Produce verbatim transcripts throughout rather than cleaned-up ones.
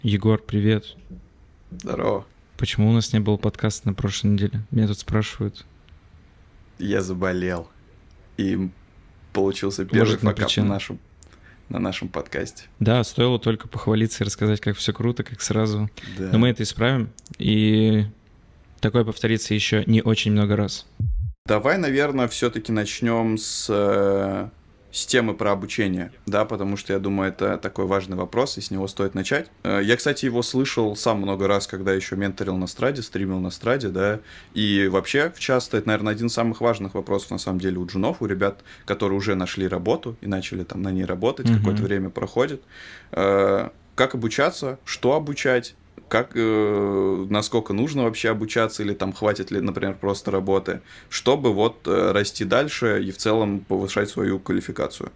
Егор, привет. Здорово. Почему у нас не было подкаста на прошлой неделе? Меня тут спрашивают. Я заболел. И получился первый Уважительная факап на причина. нашем, на нашем подкасте. Да, стоило только похвалиться и рассказать, как все круто, как сразу. Да. Но мы это исправим, и такое повторится еще не очень много раз. Давай, наверное, все-таки начнем с, э, с темы про обучение, да, потому что я думаю, это такой важный вопрос, и с него стоит начать. Э, Я, кстати, его слышал сам много раз, когда еще менторил на Страде, стримил на Страде, да, и вообще, часто, это, наверное, один из самых важных вопросов, на самом деле, у джунов, у ребят, которые уже нашли работу и начали там на ней работать, Мгм. какое-то время проходит. Э, Как обучаться, что обучать, как, э, насколько нужно вообще обучаться, или там хватит ли, например, просто работы, чтобы вот э, расти дальше и в целом повышать свою квалификацию.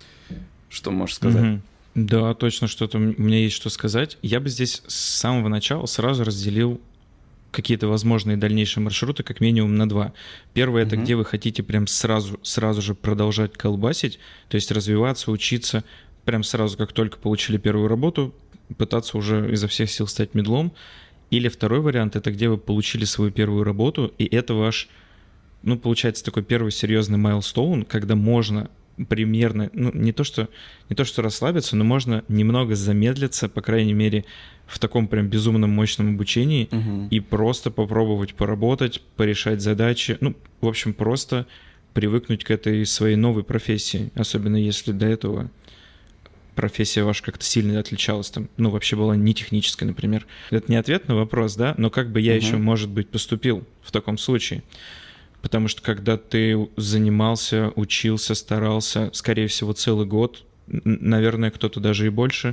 Что можешь сказать? Мгм. Да, точно, что-то м- у меня есть что сказать. Я бы здесь с самого начала сразу разделил какие-то возможные дальнейшие маршруты как минимум на два. Первое — это Мгм. где вы хотите прям сразу, сразу же продолжать колбасить, то есть развиваться, учиться, прям сразу, как только получили первую работу, пытаться уже изо всех сил стать медлом. Или второй вариант — это где вы получили свою первую работу, и это ваш, ну, получается, такой первый серьезный майлстоун, когда можно примерно, ну, не то что, не то что расслабиться, но можно немного замедлиться, по крайней мере, в таком прям безумном мощном обучении, Мгм. и просто попробовать поработать, порешать задачи, ну, в общем, просто привыкнуть к этой своей новой профессии, особенно если до этого профессия ваша как-то сильно отличалась, там, ну, вообще была не техническая, например. Это не ответ на вопрос, да, но как бы я Мгм. еще, может быть, поступил в таком случае. Потому что когда ты занимался, учился, старался, скорее всего, целый год, н- наверное, кто-то даже и больше,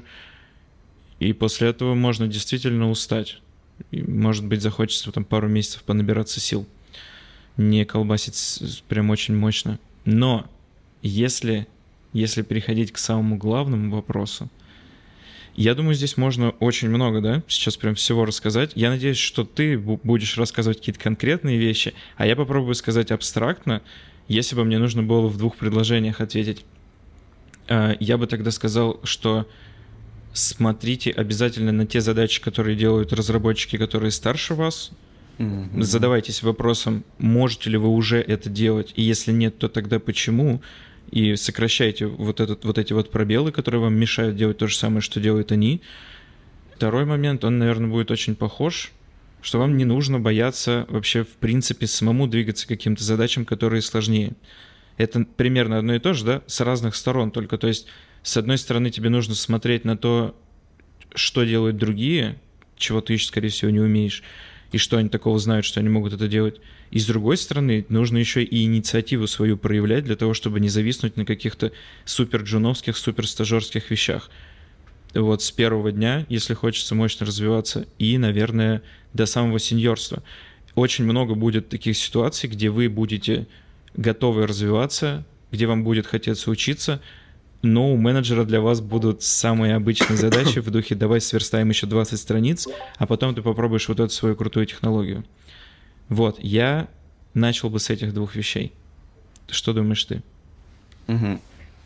и после этого можно действительно устать. И, может быть, захочется там пару месяцев понабираться сил, не колбасить с- прям очень мощно. Но если, если переходить к самому главному вопросу, я думаю, здесь можно очень много, да, сейчас прям всего рассказать. Я надеюсь, что ты бу- будешь рассказывать какие-то конкретные вещи, а я попробую сказать абстрактно, если бы мне нужно было в двух предложениях ответить. Э, Я бы тогда сказал, что смотрите обязательно на те задачи, которые делают разработчики, которые старше вас. Мгм. Задавайтесь вопросом, можете ли вы уже это делать, и если нет, то тогда почему? И сокращайте вот, этот, вот эти вот пробелы, которые вам мешают делать то же самое, что делают они. Второй момент, он, наверное, будет очень похож, что вам не нужно бояться вообще, в принципе, самому двигаться к каким-то задачам, которые сложнее. Это примерно одно и то же, да, с разных сторон только. То есть, с одной стороны, тебе нужно смотреть на то, что делают другие, чего ты еще, скорее всего, не умеешь, и что они такого знают, что они могут это делать. И с другой стороны, нужно еще и инициативу свою проявлять для того, чтобы не зависнуть на каких-то супер джуновских, супер стажерских вещах. Вот с первого дня, если хочется мощно развиваться, и, наверное, до самого сеньорства. Очень много будет таких ситуаций, где вы будете готовы развиваться, где вам будет хотеться учиться, но у менеджера для вас будут самые обычные задачи в духе «давай сверстаем еще двадцать страниц, а потом ты попробуешь вот эту свою крутую технологию». Вот, я начал бы с этих двух вещей. Что думаешь ты? Мгм.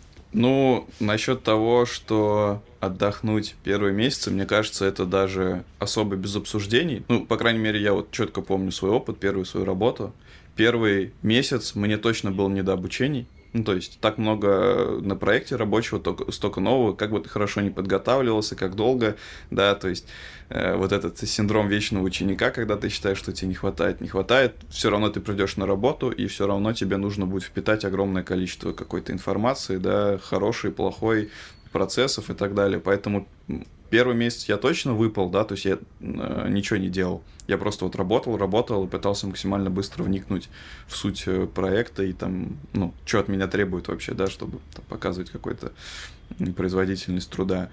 Ну, насчет того, что отдохнуть первые месяцы, мне кажется, это даже особо без обсуждений. Ну, по крайней мере, я вот четко помню свой опыт, первую свою работу. Первый месяц мне точно был не до обучений. Ну, то есть, так много на проекте рабочего, только, столько нового, как бы ты хорошо не подготавливался, как долго, да, то есть, э, вот этот синдром вечного ученика, когда ты считаешь, что тебе не хватает, не хватает, все равно ты придешь на работу, и все равно тебе нужно будет впитать огромное количество какой-то информации, да, хорошей, плохой, процессов и так далее, поэтому м, первый месяц я точно выпал, да, то есть я э, ничего не делал. Я просто вот работал, работал и пытался максимально быстро вникнуть в суть э, проекта и там, ну, что от меня требует вообще, да, чтобы там, показывать какую-то м, производительность труда.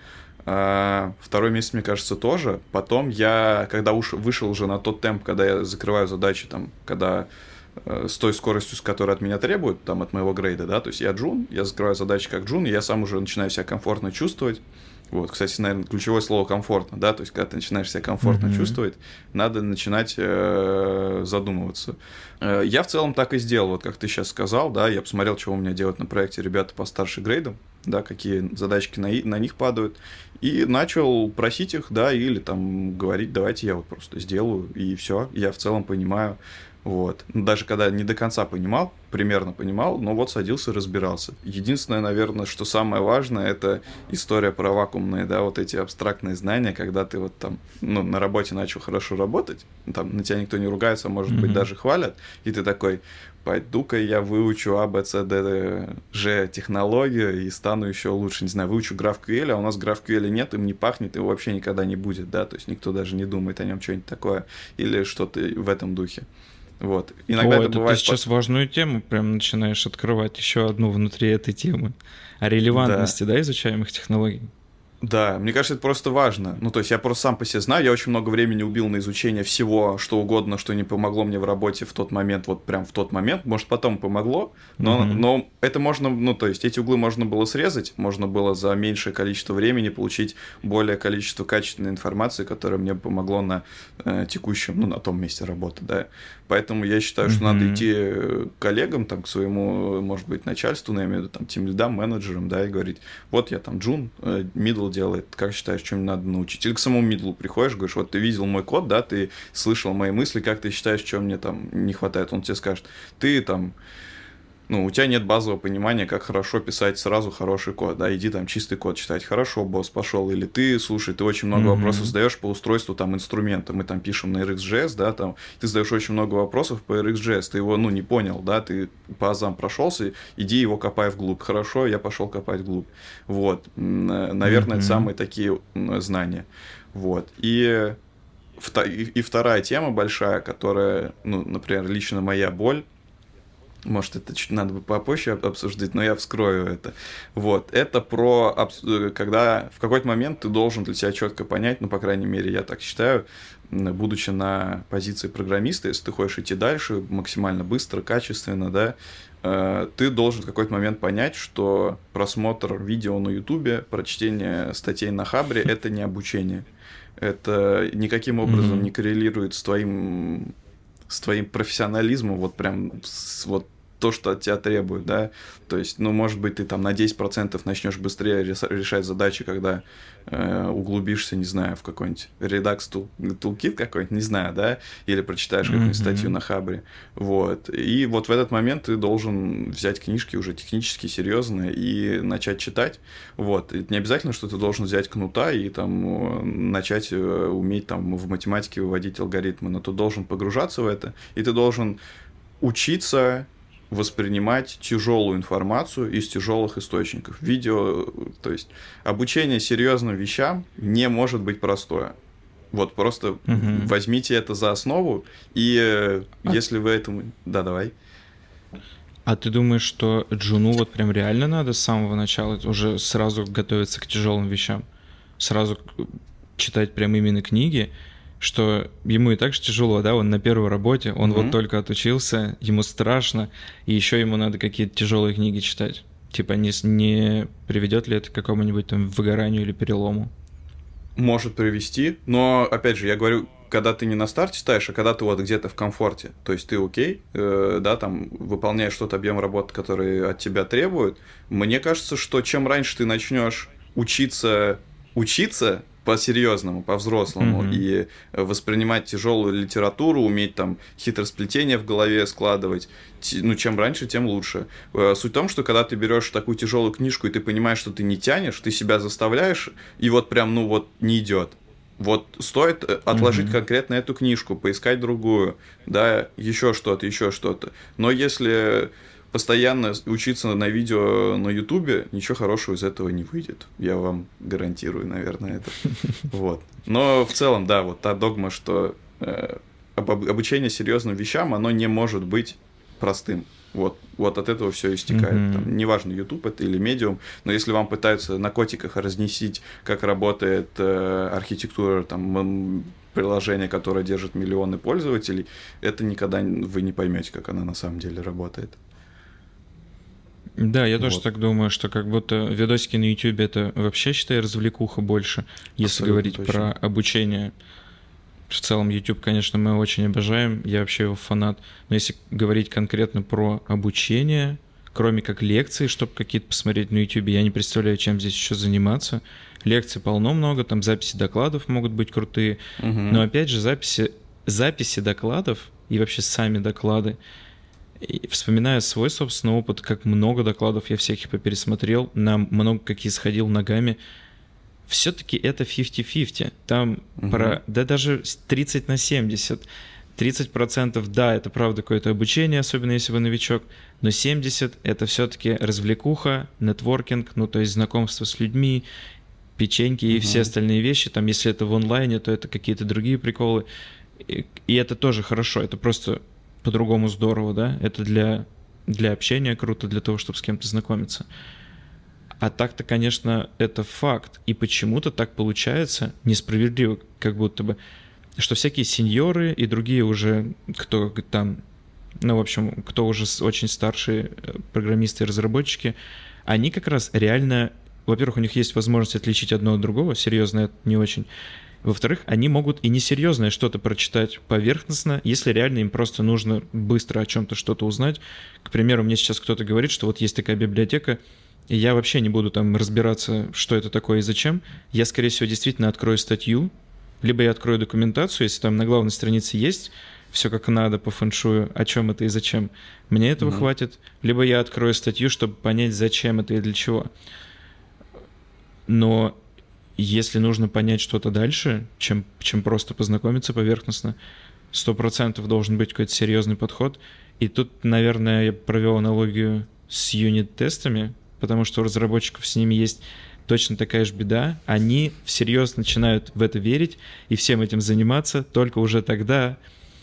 А второй месяц, мне кажется, тоже. Потом я, когда уж вышел уже на тот темп, когда я закрываю задачи, там, когда э, с той скоростью, с которой от меня требуют, там, от моего грейда, да, то есть я джун, я закрываю задачи как джун, и я сам уже начинаю себя комфортно чувствовать. Вот, кстати, наверное, ключевое слово комфортно, да, то есть, когда ты начинаешь себя комфортно mm-hmm. чувствовать, надо начинать э, задумываться. Э, я в целом так и сделал, вот как ты сейчас сказал, да, я посмотрел, чего у меня делают на проекте ребята по старше грейдам, да, какие задачки на, на них падают, и начал просить их, да, или там говорить, давайте я вот просто сделаю, и все, я в целом понимаю. Вот. Даже когда не до конца понимал, примерно понимал, но вот садился и разбирался. Единственное, наверное, что самое важное, это история про вакуумные, да, вот эти абстрактные знания, когда ты вот там, ну, на работе начал хорошо работать, там на тебя никто не ругается, может mm-hmm. быть, даже хвалят, и ты такой, пойду-ка я выучу А, Б, С, Д, Ж технологию и стану еще лучше, не знаю, выучу GraphQL, а у нас GraphQL нет, им не пахнет, его вообще никогда не будет, да, то есть никто даже не думает о нем что-нибудь такое или что-то в этом духе. Вот. Иногда О, это, это бывает... ты сейчас под... важную тему прям начинаешь открывать, еще одну внутри этой темы. О релевантности, да, да изучаемых технологий. Да, мне кажется, это просто важно. Ну, то есть я просто сам по себе знаю, я очень много времени убил на изучение всего, что угодно, что не помогло мне в работе в тот момент, вот прям в тот момент. Может, потом помогло, но, mm-hmm. но это можно, ну, то есть эти углы можно было срезать, можно было за меньшее количество времени получить более количество качественной информации, которая мне помогло на э, текущем, ну, на том месте работы, да. Поэтому я считаю, что mm-hmm. надо идти к коллегам, там, к своему, может быть, начальству, ну, я имею в виду, там, тимлидам, менеджерам, да, и говорить, вот я там джун, мидл делает, как считаешь, чем надо научить? Или к самому мидлу приходишь, говоришь, вот ты видел мой код, да, ты слышал мои мысли, как ты считаешь, чем мне там не хватает? Он тебе скажет, ты там, ну, у тебя нет базового понимания, как хорошо писать сразу хороший код, да, иди там чистый код читать. Хорошо, босс, пошел. Или ты, слушай, ты очень много mm-hmm. вопросов задаешь по устройству там инструмента. Мы там пишем на эр икс джей эс, да, там, ты задаешь очень много вопросов по эр икс джей эс, ты его, ну, не понял, да, ты по азам прошелся, иди его копай вглубь. Хорошо, я пошел копать вглубь. Вот, наверное, mm-hmm. это самые такие знания. Вот, и, и вторая тема большая, которая, ну, например, лично моя боль, может, это чуть надо бы попозже обсуждать, но я вскрою это. Вот. Это про, когда в какой-то момент ты должен для себя четко понять, ну, по крайней мере, я так считаю, будучи на позиции программиста, если ты хочешь идти дальше максимально быстро, качественно, да, ты должен в какой-то момент понять, что просмотр видео на Ютубе, прочтение статей на Хабре — это не обучение. Это никаким образом mm-hmm. не коррелирует с твоим, с твоим профессионализмом, вот прям с, вот то, что от тебя требуют, да, то есть, ну, может быть, ты там на десять процентов начнешь быстрее решать задачи, когда э, углубишься, не знаю, в какой-нибудь Redux tool, toolkit какой-нибудь, не знаю, да, или прочитаешь какую-нибудь mm-hmm. статью на Хабре, вот, и вот в этот момент ты должен взять книжки уже технически серьезные и начать читать, вот, это не обязательно, что ты должен взять кнута и там начать уметь там в математике выводить алгоритмы, но ты должен погружаться в это, и ты должен учиться воспринимать тяжелую информацию из тяжелых источников. Видео, то есть обучение серьезным вещам не может быть простое. Вот просто угу. возьмите это за основу, и а... если вы этому... Да, давай. А ты думаешь, что джуну вот прям реально надо с самого начала уже сразу готовиться к тяжелым вещам? Сразу читать прям именно книги? Что ему и так же тяжело, да, он на первой работе, он mm-hmm. вот только отучился, ему страшно, и еще ему надо какие-то тяжелые книги читать. Типа, не, не приведет ли это к какому-нибудь там выгоранию или перелому? Может привести, но, опять же, я говорю, когда ты не на старте ставишь, а когда ты вот где-то в комфорте, то есть ты окей, э, да, там, выполняешь тот объем работы, который от тебя требуют, мне кажется, что чем раньше ты начнешь учиться, учиться, по-серьезному, по-взрослому, mm-hmm. и воспринимать тяжелую литературу, уметь там хитросплетения в голове складывать, ну, чем раньше, тем лучше. Суть в том, что когда ты берешь такую тяжелую книжку, и ты понимаешь, что ты не тянешь, ты себя заставляешь, и вот прям, ну, вот не идет. Вот стоит отложить mm-hmm. конкретно эту книжку, поискать другую, да, еще что-то, еще что-то. Но если постоянно учиться на видео на Ютубе, ничего хорошего из этого не выйдет. Я вам гарантирую, наверное, это. Вот. Но в целом, да, вот та догма, что э, обучение серьезным вещам, оно не может быть простым. Вот, вот от этого все истекает. Mm-hmm. Там, неважно, YouTube это или Medium, но если вам пытаются на котиках разнесить, как работает э, архитектура, там, приложение, которое держит миллионы пользователей, это никогда вы не поймете, как она на самом деле работает. Да, я Вот. тоже так думаю, что как будто видосики на YouTube это вообще, считай, развлекуха больше, если Абсолютно говорить точно. про обучение. В целом YouTube, конечно, мы очень обожаем, я вообще его фанат. Но если говорить конкретно про обучение, кроме как лекции, чтобы какие-то посмотреть на YouTube, я не представляю, чем здесь еще заниматься. Лекций полно много, там записи докладов могут быть крутые. Угу. Но опять же, записи, записи докладов и вообще сами доклады, и вспоминая свой собственный опыт, как много докладов я всяких попересмотрел, на много какие сходил ногами, все-таки это пятьдесят на пятьдесят. Там Угу. про, да даже тридцать на семьдесят. тридцать процентов, да, это правда какое-то обучение, особенно если вы новичок, но семьдесят процентов это все-таки развлекуха, нетворкинг, ну то есть знакомство с людьми, печеньки и Угу. все остальные вещи. Там, если это в онлайне, то это какие-то другие приколы. И, и это тоже хорошо, это просто по-другому здорово, да? Это для, для общения круто, для того, чтобы с кем-то знакомиться. А так-то, конечно, это факт. И почему-то так получается, несправедливо, как будто бы, что всякие сеньоры и другие уже, кто там, ну, в общем, кто уже очень старшие программисты и разработчики, они как раз реально, во-первых, у них есть возможность отличить одно от другого, серьезно, это не очень. Во-вторых, они могут и несерьезное что-то прочитать поверхностно, если реально им просто нужно быстро о чем-то что-то узнать. К примеру, мне сейчас кто-то говорит, что вот есть такая библиотека, и я вообще не буду там разбираться, что это такое и зачем. Я, скорее всего, действительно открою статью, либо я открою документацию, если там на главной странице есть все как надо по фэншую, о чем это и зачем. Мне этого mm-hmm. хватит. Либо я открою статью, чтобы понять, зачем это и для чего. Но если нужно понять что-то дальше, чем, чем просто познакомиться поверхностно, сто процентов должен быть какой-то серьезный подход. И тут, наверное, я провел аналогию с юнит-тестами, потому что у разработчиков с ними есть точно такая же беда. Они всерьез начинают в это верить и всем этим заниматься только уже тогда,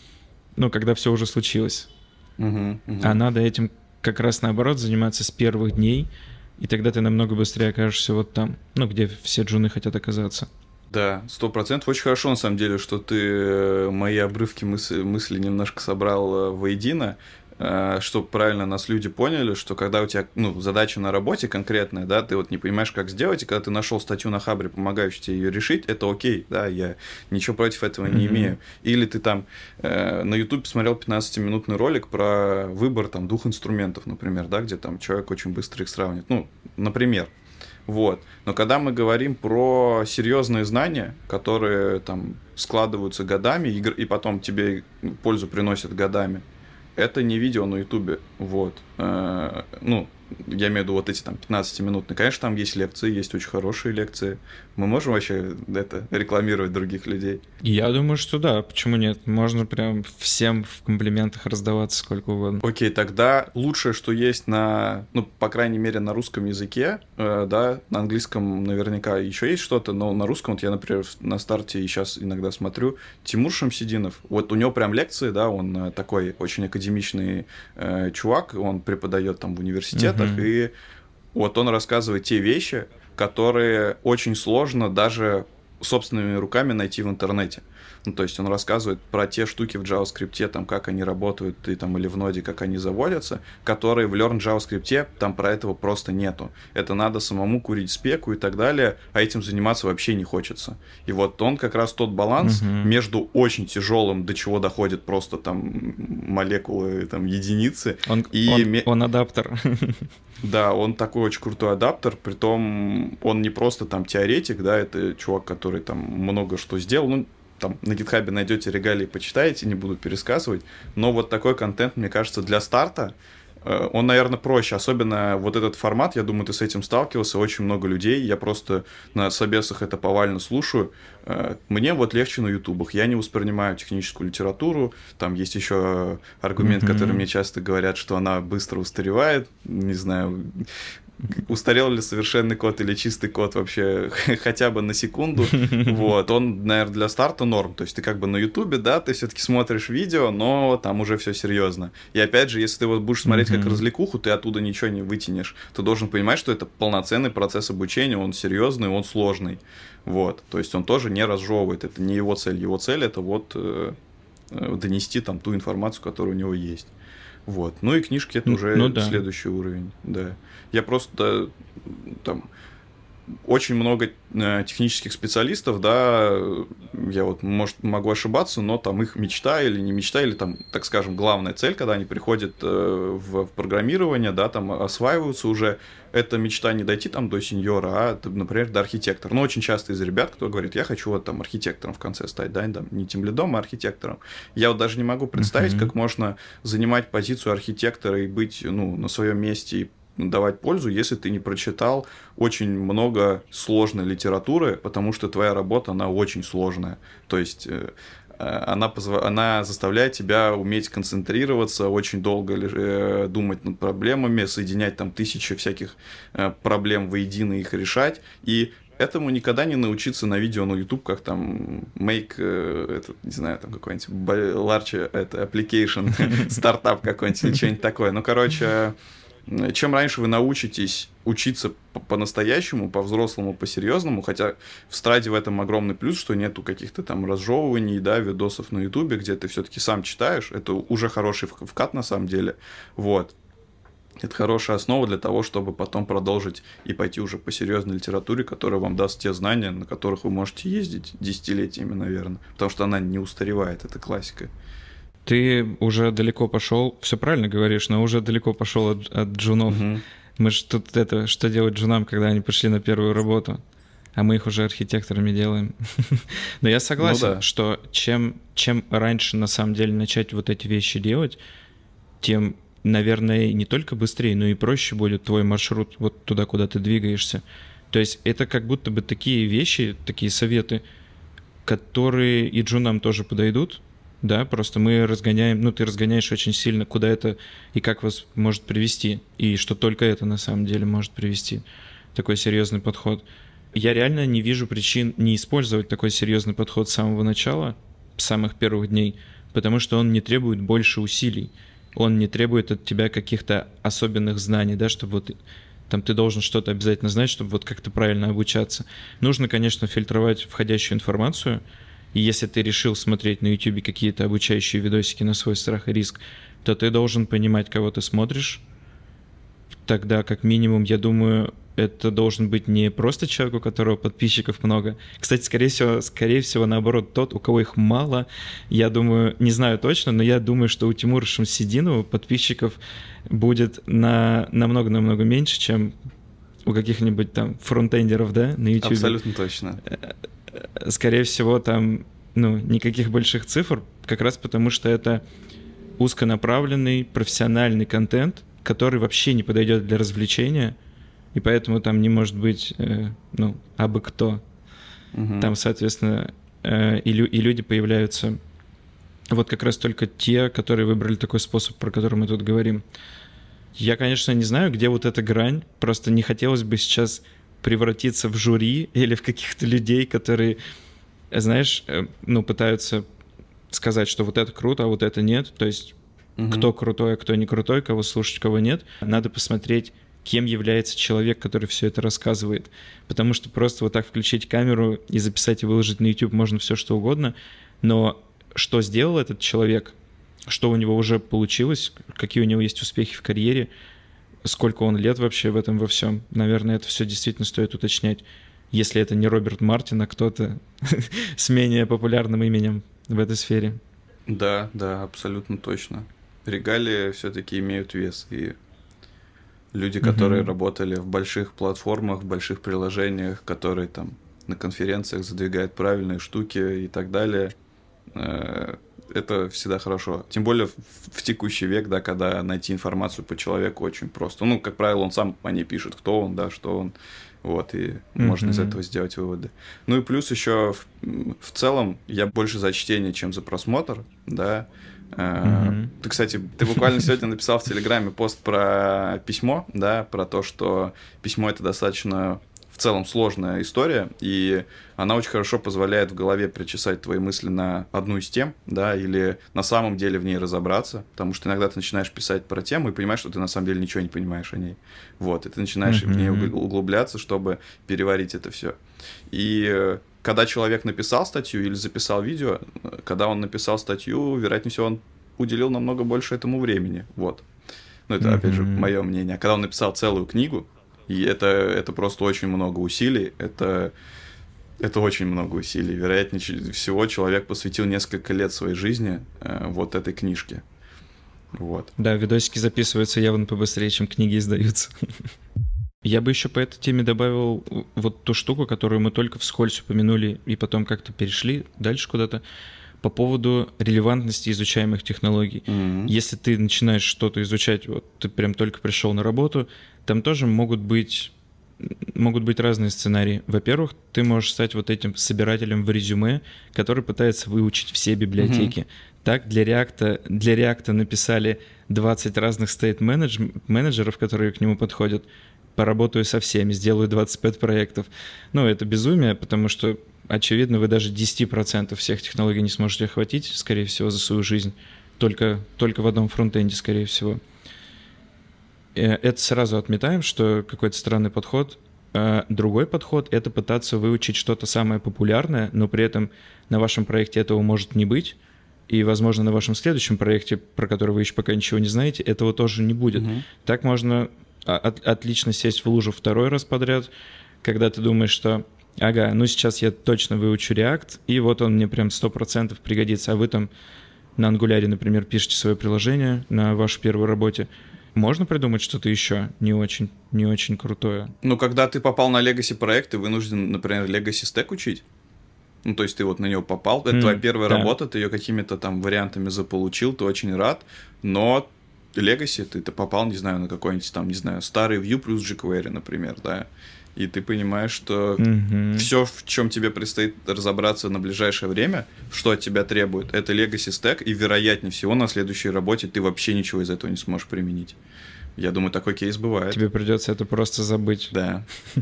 ну, когда все уже случилось. Uh-huh, uh-huh. А надо этим как раз наоборот заниматься с первых дней, и тогда ты намного быстрее окажешься вот там, ну, где все джуны хотят оказаться. Да, сто процентов. Очень хорошо, на самом деле, что ты мои обрывки мысли, мысли немножко собрал воедино, чтобы правильно нас люди поняли, что когда у тебя, ну, задача на работе конкретная, да, ты вот не понимаешь, как сделать, и когда ты нашел статью на Хабре, помогающую тебе ее решить, это окей, да, я ничего против этого не mm-hmm. имею. Или ты там э, на YouTube посмотрел пятнадцатиминутный ролик про выбор там двух инструментов, например, да, где там человек очень быстро их сравнит, ну, например. Вот. Но когда мы говорим про серьезные знания, которые там складываются годами и, и потом тебе пользу приносят годами, это не видео на Ютубе, вот. Э, ну, я имею в виду вот эти там пятнадцатиминутные. Конечно, там есть лекции, есть очень хорошие лекции. Мы можем вообще это рекламировать других людей? Я думаю, что да. Почему нет? Можно прям всем в комплиментах раздаваться сколько угодно. Окей, тогда лучшее, что есть на, ну, по крайней мере, на русском языке, э, да, на английском наверняка еще есть что-то, но на русском, вот я, например, на старте и сейчас иногда смотрю, Тимур Шамсидинов, вот у него прям лекции, да, он такой очень академичный э, чувак, он преподает там в университетах, uh-huh. и вот он рассказывает те вещи, которые очень сложно даже собственными руками найти в интернете. Ну, то есть он рассказывает про те штуки в JavaScript, там, как они работают, и, там, или в ноде, как они заводятся, которые в Learn JavaScript, там про этого просто нету. Это надо самому курить спеку и так далее, а этим заниматься вообще не хочется. И вот он как раз тот баланс uh-huh. между очень тяжелым, до чего доходит просто там молекулы, там, единицы. Он, и он, ме... он адаптер. Да, он такой очень крутой адаптер, притом он не просто там теоретик, да, это чувак, который там много что сделал, ну, там на GitHub найдете регалии, почитаете, не буду пересказывать, но вот такой контент, мне кажется, для старта, он, наверное, проще, особенно вот этот формат, я думаю, ты с этим сталкивался, очень много людей, я просто на собесах это повально слушаю, мне вот легче на ютубах, я не воспринимаю техническую литературу, там есть еще аргумент, mm-hmm. который мне часто говорят, что она быстро устаревает, не знаю, устарел ли совершенный код или чистый код вообще хотя бы на секунду, вот, он, наверное, для старта норм, то есть ты как бы на ютубе, да, ты все-таки смотришь видео, но там уже все серьезно, и опять же, если ты вот будешь смотреть mm-hmm. как развлекуху, ты оттуда ничего не вытянешь, ты должен понимать, что это полноценный процесс обучения, он серьезный, он сложный, вот, то есть он тоже не разжевывает, это не его цель, его цель это вот э, донести там ту информацию, которая у него есть. Вот. Ну и книжки — это уже ну, да. следующий уровень, да. Я просто там очень много э, технических специалистов, да, я вот, может, могу ошибаться, но там их мечта или не мечта, или там, так скажем, главная цель, когда они приходят э, в, в программирование, да, там осваиваются уже, это мечта не дойти там до сеньора, а, например, до архитектора. Но очень часто из ребят, кто говорит, я хочу вот там архитектором в конце стать, да, там, не тимлидом, а архитектором. Я вот даже не могу представить, uh-huh. как можно занимать позицию архитектора и быть, ну, на своем месте и давать пользу, если ты не прочитал очень много сложной литературы, потому что твоя работа, она очень сложная. То есть э, она, позв... она заставляет тебя уметь концентрироваться, очень долго э, думать над проблемами, соединять там тысячи всяких э, проблем воедино, их решать. И этому никогда не научиться на видео на YouTube, как там make, э, этот, не знаю, там какой-нибудь large это, application, стартап какой-нибудь или что-нибудь такое. Ну, короче... Чем раньше вы научитесь учиться по-настоящему, по-взрослому, по-серьезному, хотя в Страде в этом огромный плюс, что нету каких-то там разжевываний, да, видосов на Ютубе, где ты все-таки сам читаешь, это уже хороший вкат на самом деле, вот. Это хорошая основа для того, чтобы потом продолжить и пойти уже по серьезной литературе, которая вам даст те знания, на которых вы можете ездить десятилетиями, наверное, потому что она не устаревает, это классика. Ты уже далеко пошел, все правильно говоришь, но уже далеко пошел от, от джунов. Угу. Мы же тут это, что делать джунам, когда они пришли на первую работу, а мы их уже архитекторами делаем. Но я согласен, ну, да. что чем, чем раньше на самом деле начать вот эти вещи делать, тем, наверное, не только быстрее, но и проще будет твой маршрут вот туда, куда ты двигаешься. То есть это как будто бы такие вещи, такие советы, которые и джунам тоже подойдут. Да, просто мы разгоняем, ну, ты разгоняешь очень сильно, куда это и как вас может привести, и что только это на самом деле может привести. Такой серьезный подход. Я реально не вижу причин не использовать такой серьезный подход с самого начала, с самых первых дней, потому что он не требует больше усилий, он не требует от тебя каких-то особенных знаний, да, чтобы вот там ты должен что-то обязательно знать, чтобы вот как-то правильно обучаться. Нужно, конечно, фильтровать входящую информацию. И если ты решил смотреть на YouTube какие-то обучающие видосики на свой страх и риск, то ты должен понимать, кого ты смотришь. Тогда, как минимум, я думаю, это должен быть не просто человек, у которого подписчиков много. Кстати, скорее всего, скорее всего, наоборот, тот, у кого их мало. Я думаю, не знаю точно, но я думаю, что у Тимура Шамсидинова подписчиков будет на намного-намного меньше, чем у каких-нибудь там фронтендеров, да, на YouTube. Абсолютно точно. Скорее всего, там, ну, никаких больших цифр, как раз потому, что это узконаправленный, профессиональный контент, который вообще не подойдет для развлечения, и поэтому там не может быть, э, ну, абы кто. Угу. Там, соответственно, э, и, лю- и люди появляются, вот как раз только те, которые выбрали такой способ, про который мы тут говорим. Я, конечно, не знаю, где вот эта грань, просто не хотелось бы сейчас превратиться в жюри или в каких-то людей, которые, знаешь, ну, пытаются сказать, что вот это круто, а вот это нет. То есть угу. кто крутой, а кто не крутой, кого слушать, кого нет. Надо посмотреть, кем является человек, который все это рассказывает. Потому что просто вот так включить камеру и записать и выложить на YouTube можно все что угодно. Но что сделал этот человек, что у него уже получилось, какие у него есть успехи в карьере, сколько он лет вообще в этом во всем. Наверное, это все действительно стоит уточнять. Если это не Роберт Мартин, а кто-то с менее популярным именем в этой сфере. Да, да, абсолютно точно. Регалии все-таки имеют вес. И люди, которые mm-hmm. работали в больших платформах, в больших приложениях, которые там на конференциях задвигают правильные штуки и так далее, это всегда хорошо. Тем более в, в текущий век, да, когда найти информацию по человеку очень просто. Ну, как правило, он сам по ней пишет, кто он, да, что он. Вот, и mm-hmm. можно из этого сделать выводы. Ну и плюс еще в, в целом я больше за чтение, чем за просмотр, да. Mm-hmm. Ты, кстати, ты буквально сегодня написал в Телеграме пост про письмо, да, про то, что письмо — это достаточно в целом сложная история, и она очень хорошо позволяет в голове причесать твои мысли на одну из тем, да, или на самом деле в ней разобраться, потому что иногда ты начинаешь писать про тему и понимаешь, что ты на самом деле ничего не понимаешь о ней. Вот, и ты начинаешь mm-hmm. в ней углубляться, чтобы переварить это все. И когда человек написал статью или записал видео, когда он написал статью, вероятнее всего, он уделил намного больше этому времени, вот. Ну, это, mm-hmm. опять же, мое мнение. Когда он написал целую книгу, и это, это просто очень много усилий, это, это очень много усилий. Вероятнее всего, человек посвятил несколько лет своей жизни э, вот этой книжке. Вот. Да, видосики записываются явно побыстрее, чем книги издаются. Я бы еще по этой теме добавил вот ту штуку, которую мы только вскользь упомянули и потом как-то перешли дальше куда-то, по поводу релевантности изучаемых технологий. Mm-hmm. Если ты начинаешь что-то изучать, вот ты прям только пришел на работу, там тоже могут быть, могут быть разные сценарии. Во-первых, ты можешь стать вот этим собирателем в резюме, который пытается выучить все библиотеки. Mm-hmm. Так, для React, для React написали двадцать разных стейт-менеджеров, которые к нему подходят. Поработаю со всеми, сделаю двадцать пять проектов. Ну, это безумие, потому что, очевидно, вы даже десять процентов всех технологий не сможете охватить, скорее всего, за свою жизнь. Только, только в одном фронтенде, скорее всего. Это сразу отметаем, что какой-то странный подход. Другой подход — это пытаться выучить что-то самое популярное, но при этом на вашем проекте этого может не быть. И, возможно, на вашем следующем проекте, про который вы еще пока ничего не знаете, этого тоже не будет. Mm-hmm. Так можно от, отлично сесть в лужу второй раз подряд, когда ты думаешь, что ага, ну сейчас я точно выучу React, и вот он мне прям сто процентов пригодится. А вы там на Angular, например, пишете свое приложение на вашей первой работе. Можно придумать что-то еще не очень, не очень крутое? Ну, когда ты попал на Legacy проект, ты вынужден, например, Legacy Stack учить. Ну, то есть ты вот на него попал, это mm, твоя первая да. работа, ты ее какими-то там вариантами заполучил, ты очень рад, но Legacy ты, ты попал, не знаю, на какой-нибудь там, не знаю, старый Vue плюс jQuery, например, да, и ты понимаешь, что mm-hmm. все, в чем тебе предстоит разобраться на ближайшее время, что от тебя требует, это Legacy Stack, и вероятнее всего на следующей работе ты вообще ничего из этого не сможешь применить. Я думаю, такой кейс бывает. Тебе придется это просто забыть. Да.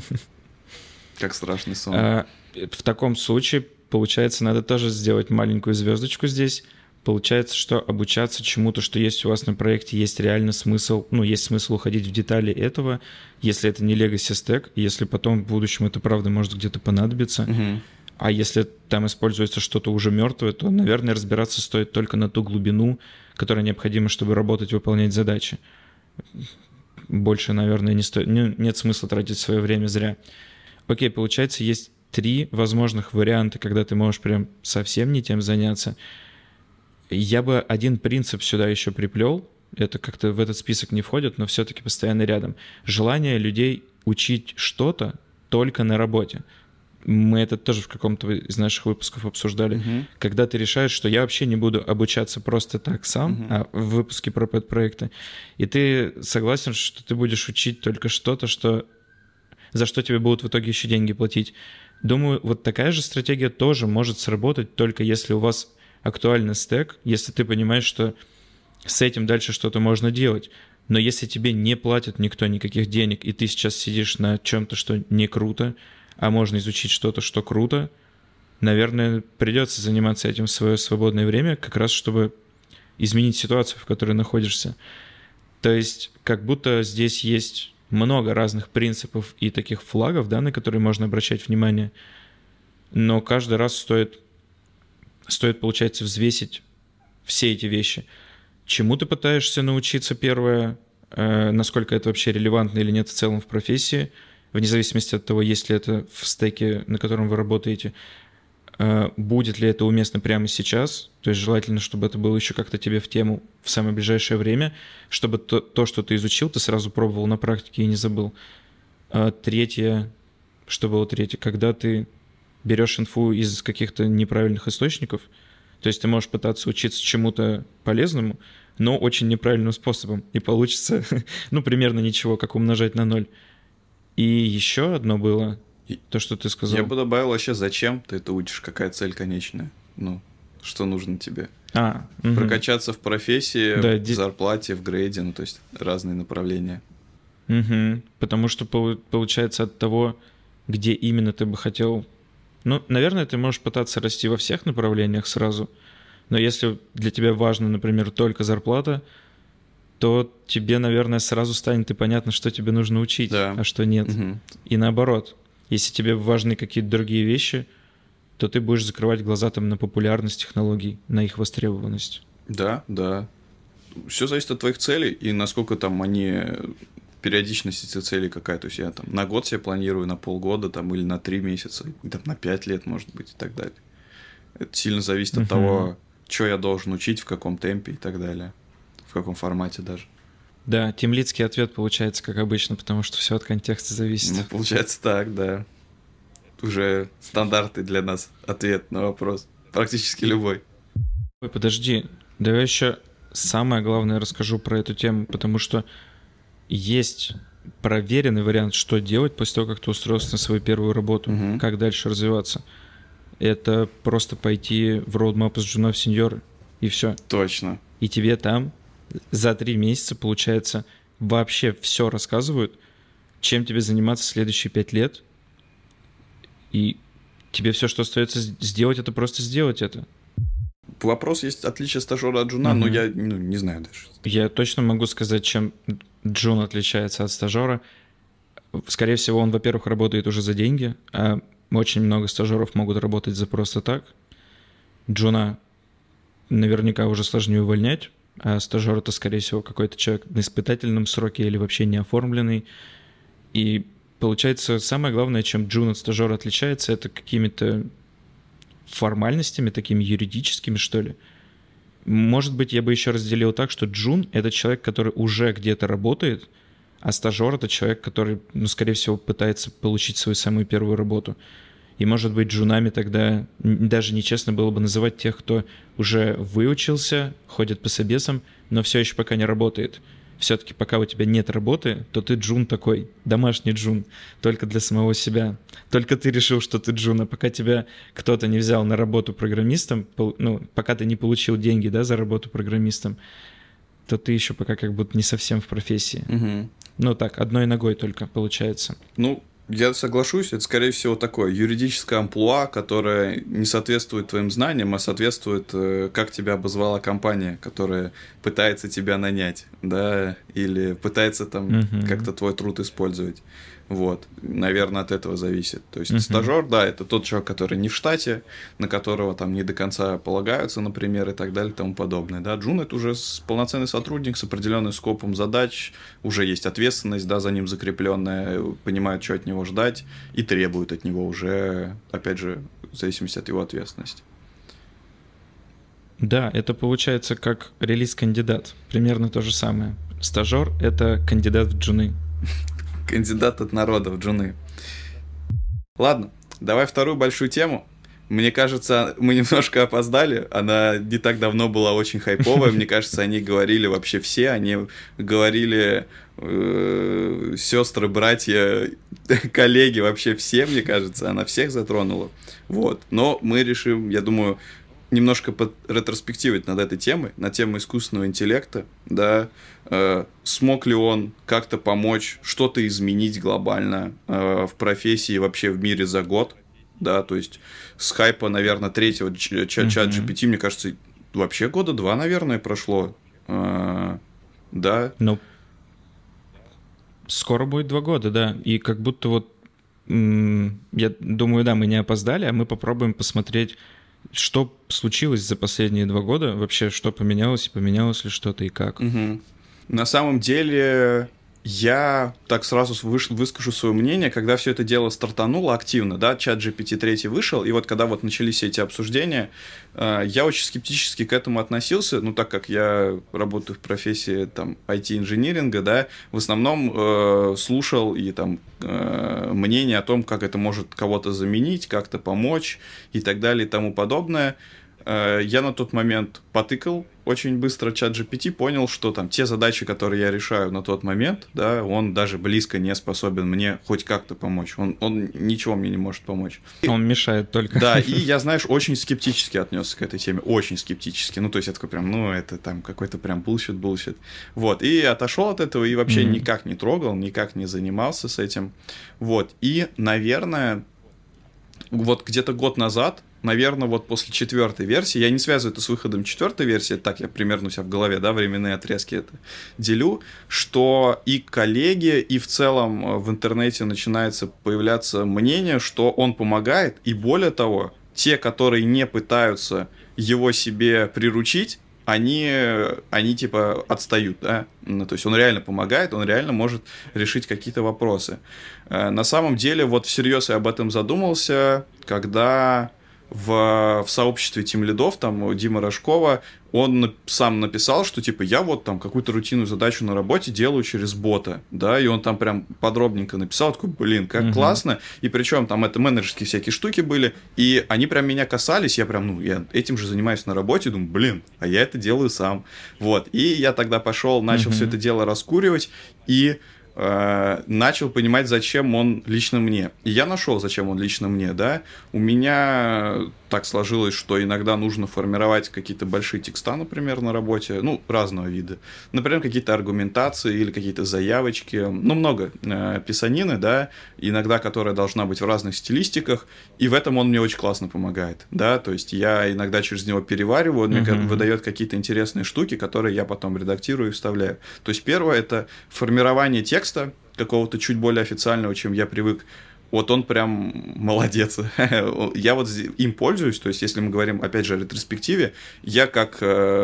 Как страшный сон. А, в таком случае, получается, надо тоже сделать маленькую звездочку здесь. Получается, что обучаться чему-то, что есть у вас на проекте, есть реально смысл, ну, есть смысл уходить в детали этого, если это не Legacy Stack, если потом в будущем это, правда, может где-то понадобиться. Uh-huh. А если там используется что-то уже мертвое, то, наверное, разбираться стоит только на ту глубину, которая необходима, чтобы работать, выполнять задачи. Больше, наверное, не стоит, не, нет смысла тратить свое время зря. Окей, получается, есть три возможных варианта, когда ты можешь прям совсем не тем заняться. Я бы один принцип сюда еще приплел, это как-то в этот список не входит, но все-таки постоянно рядом. Желание людей учить что-то только на работе. Мы это тоже в каком-то из наших выпусков обсуждали. Uh-huh. Когда ты решаешь, что я вообще не буду обучаться просто так сам, uh-huh. а в выпуске про пэт-проекты, и ты согласен, что ты будешь учить только что-то, что... за что тебе будут в итоге еще деньги платить. Думаю, вот такая же стратегия тоже может сработать, только если у вас актуальный стэк, если ты понимаешь, что с этим дальше что-то можно делать. Но если тебе не платит никто никаких денег, и ты сейчас сидишь на чем-то, что не круто, а можно изучить что-то, что круто, наверное, придется заниматься этим в свое свободное время, как раз чтобы изменить ситуацию, в которой находишься. То есть как будто здесь есть много разных принципов и таких флагов, да, на которые можно обращать внимание, но каждый раз стоит Стоит, получается, взвесить все эти вещи. Чему ты пытаешься научиться, первое, э, насколько это вообще релевантно или нет в целом в профессии, вне зависимости от того, есть ли это в стеке, на котором вы работаете, э, будет ли это уместно прямо сейчас, то есть желательно, чтобы это было еще как-то тебе в тему в самое ближайшее время, чтобы то, то что ты изучил, ты сразу пробовал на практике и не забыл. А третье, что было третье, когда ты берешь инфу из каких-то неправильных источников, то есть ты можешь пытаться учиться чему-то полезному, но очень неправильным способом, и получится, ну, примерно ничего, как умножать на ноль. И еще одно было, то, что ты сказал. Я бы добавил вообще, зачем ты это учишь, какая цель конечная, ну, что нужно тебе. А, угу. Прокачаться в профессии, да, в зарплате, в грейде, ну, то есть разные направления. Угу. Потому что получается от того, где именно ты бы хотел... Ну, наверное, ты можешь пытаться расти во всех направлениях сразу, но если для тебя важно, например, только зарплата, то тебе, наверное, сразу станет и понятно, что тебе нужно учить, да. а что нет. Угу. И наоборот, если тебе важны какие-то другие вещи, то ты будешь закрывать глаза там на популярность технологий, на их востребованность. Да, да. Все зависит от твоих целей и насколько там они... периодичность этих целей какая. То есть я там на год себе планирую, на полгода там, или на три месяца, и, там, на пять лет, может быть, и так далее. Это сильно зависит uh-huh. от того, что я должен учить, в каком темпе и так далее. В каком формате даже. Да, темлицкий ответ получается, как обычно, потому что все от контекста зависит. Ну, получается так, да. Уже стандартный для нас ответ на вопрос. Практически любой. Ой, подожди, давай еще самое главное расскажу про эту тему, потому что есть проверенный вариант, что делать после того, как ты устроился на свою первую работу, uh-huh. как дальше развиваться. Это просто пойти в роудмап из джуна в сеньоры, и все. Точно. И тебе там за три месяца, получается, вообще все рассказывают, чем тебе заниматься следующие пять лет, и тебе все, что остается сделать, это просто сделать это. Вопрос, есть отличие стажера от джуна, uh-huh. но я ну, не знаю даже. Я точно могу сказать, чем джун отличается от стажера. Скорее всего, он, во-первых, работает уже за деньги, а очень много стажеров могут работать за просто так. Джуна наверняка уже сложнее увольнять, а стажер — это, скорее всего, какой-то человек на испытательном сроке или вообще не оформленный. И получается, самое главное, чем джун от стажера отличается, это какими-то формальностями, такими юридическими, что ли. Может быть, я бы еще разделил так, что джун — это человек, который уже где-то работает, а стажер — это человек, который, ну, скорее всего, пытается получить свою самую первую работу. И, может быть, джунами тогда даже нечестно было бы называть тех, кто уже выучился, ходит по собесам, но все еще пока не работает. Все-таки пока у тебя нет работы, то ты джун такой, домашний джун, только для самого себя. Только ты решил, что ты джун, а пока тебя кто-то не взял на работу программистом, ну, пока ты не получил деньги, да, за работу программистом, то ты еще пока как будто не совсем в профессии. Угу. Ну так, одной ногой только получается. Ну, я соглашусь, это, скорее всего, такое юридическое амплуа, которое не соответствует твоим знаниям, а соответствует, как тебя обозвала компания, которая пытается тебя нанять, да, или пытается там uh-huh. как-то твой труд использовать. Вот, наверное, от этого зависит. То есть uh-huh. стажер, да, это тот человек, который не в штате, на которого там не до конца полагаются, например, и так далее, и тому подобное. Да, джун — это уже полноценный сотрудник с определенным скопом задач, уже есть ответственность, да, за ним закрепленная, понимают, что от него ждать, и требуют от него уже, опять же, в зависимости от его ответственности. Да, это получается как релиз-кандидат, примерно то же самое. Стажер — это кандидат в джуны. Кандидат от народа в джуны. Ладно, давай вторую большую тему. Мне кажется, мы немножко опоздали. Она не так давно была очень хайповая. Мне кажется, они говорили вообще все. Они говорили э, сестры, братья, коллеги, вообще все, мне кажется. Она всех затронула. Вот. Но мы решим, я думаю, немножко ретроспективить над этой темой, на тему искусственного интеллекта, да, э, смог ли он как-то помочь, что-то изменить глобально э, в профессии, вообще в мире за год, да, то есть с хайпа, наверное, третьего чат джи пи ти, мне кажется, вообще года два, наверное, прошло, э, да. Ну, скоро будет два года, да, и как будто вот, м- я думаю, да, мы не опоздали, а мы попробуем посмотреть, что случилось за последние два года? Вообще, что поменялось, и поменялось ли что-то, и как? Угу. На самом деле, я так сразу выш... выскажу свое мнение, когда все это дело стартануло активно, да, чат джи пи ти три вышел, и вот когда вот начались эти обсуждения, э, я очень скептически к этому относился, ну, так как я работаю в профессии, там, ай ти-инжиниринга, да, в основном э, слушал и, там, э, мнение о том, как это может кого-то заменить, как-то помочь и так далее и тому подобное. Э, я на тот момент потыкал очень быстро чат джи пи ти, понял, что там те задачи, которые я решаю на тот момент, да, он даже близко не способен мне хоть как-то помочь. Он, он ничего мне не может помочь. Он мешает только. Да, и я, знаешь, очень скептически отнесся к этой теме, очень скептически. Ну, то есть я такой прям, ну, это там какой-то прям bullshit, bullshit. Вот, и отошел от этого и вообще mm-hmm. никак не трогал, никак не занимался с этим. Вот, и, наверное, вот где-то год назад, наверное, вот после четвертой версии, я не связываю это с выходом четвертой версии, так я примерно у себя в голове, да, временные отрезки это делю, что и коллеги, и в целом в интернете начинается появляться мнение, что он помогает, и более того, те, которые не пытаются его себе приручить, они, они типа отстают, да, ну, то есть он реально помогает, он реально может решить какие-то вопросы. На самом деле, вот всерьез я об этом задумался, когда в, в сообществе тимлидов, там, Дима Рожкова, он сам написал, что, типа, я вот там какую-то рутинную задачу на работе делаю через бота, да, и он там прям подробненько написал, такой, блин, как uh-huh. классно, и причем там это менеджерские всякие штуки были, и они прям меня касались, я прям, ну, я этим же занимаюсь на работе, думаю, блин, а я это делаю сам, вот, и я тогда пошел, начал uh-huh. все это дело раскуривать, и начал понимать, зачем он лично мне. И я нашел, зачем он лично мне, да. У меня так сложилось, что иногда нужно формировать какие-то большие текста, например, на работе, ну, разного вида. Например, какие-то аргументации или какие-то заявочки, ну, много э, писанины, да, иногда которая должна быть в разных стилистиках, и в этом он мне очень классно помогает, да, то есть я иногда через него перевариваю, он uh-huh. мне выдает какие-то интересные штуки, которые я потом редактирую и вставляю. То есть первое — это формирование текста, текста, какого-то чуть более официального, чем я привык, вот он прям молодец. Я вот им пользуюсь, то есть если мы говорим, опять же, о ретроспективе, я как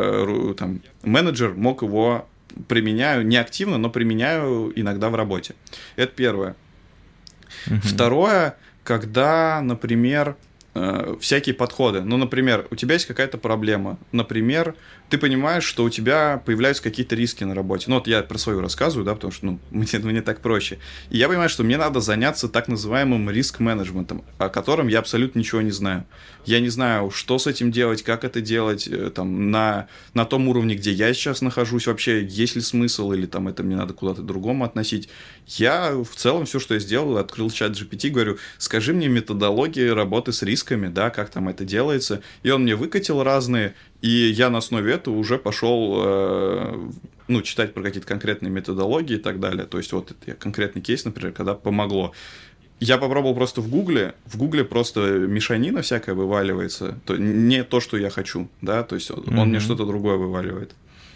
там, менеджер мог его применяю, не активно, но применяю иногда в работе. Это первое. Uh-huh. Второе, когда, например, всякие подходы. Ну, например, у тебя есть какая-то проблема. Например, ты понимаешь, что у тебя появляются какие-то риски на работе. Ну, вот я про свою рассказываю, да, потому что, ну, мне, мне так проще. И я понимаю, что мне надо заняться так называемым риск-менеджментом, о котором я абсолютно ничего не знаю. Я не знаю, что с этим делать, как это делать, там, на, на том уровне, где я сейчас нахожусь, вообще, есть ли смысл, или там это мне надо куда-то другому относить. Я в целом все, что я сделал, открыл чат джи пи ти, говорю, скажи мне методологии работы с рисками, да, как там это делается. И он мне выкатил разные, и я на основе этого уже пошел, э, ну, читать про какие-то конкретные методологии и так далее. То есть вот это конкретный кейс, например, когда помогло. Я попробовал просто в Гугле, в Гугле просто мешанина всякая вываливается, то, не то, что я хочу, да, то есть он mm-hmm. мне что-то другое вываливает.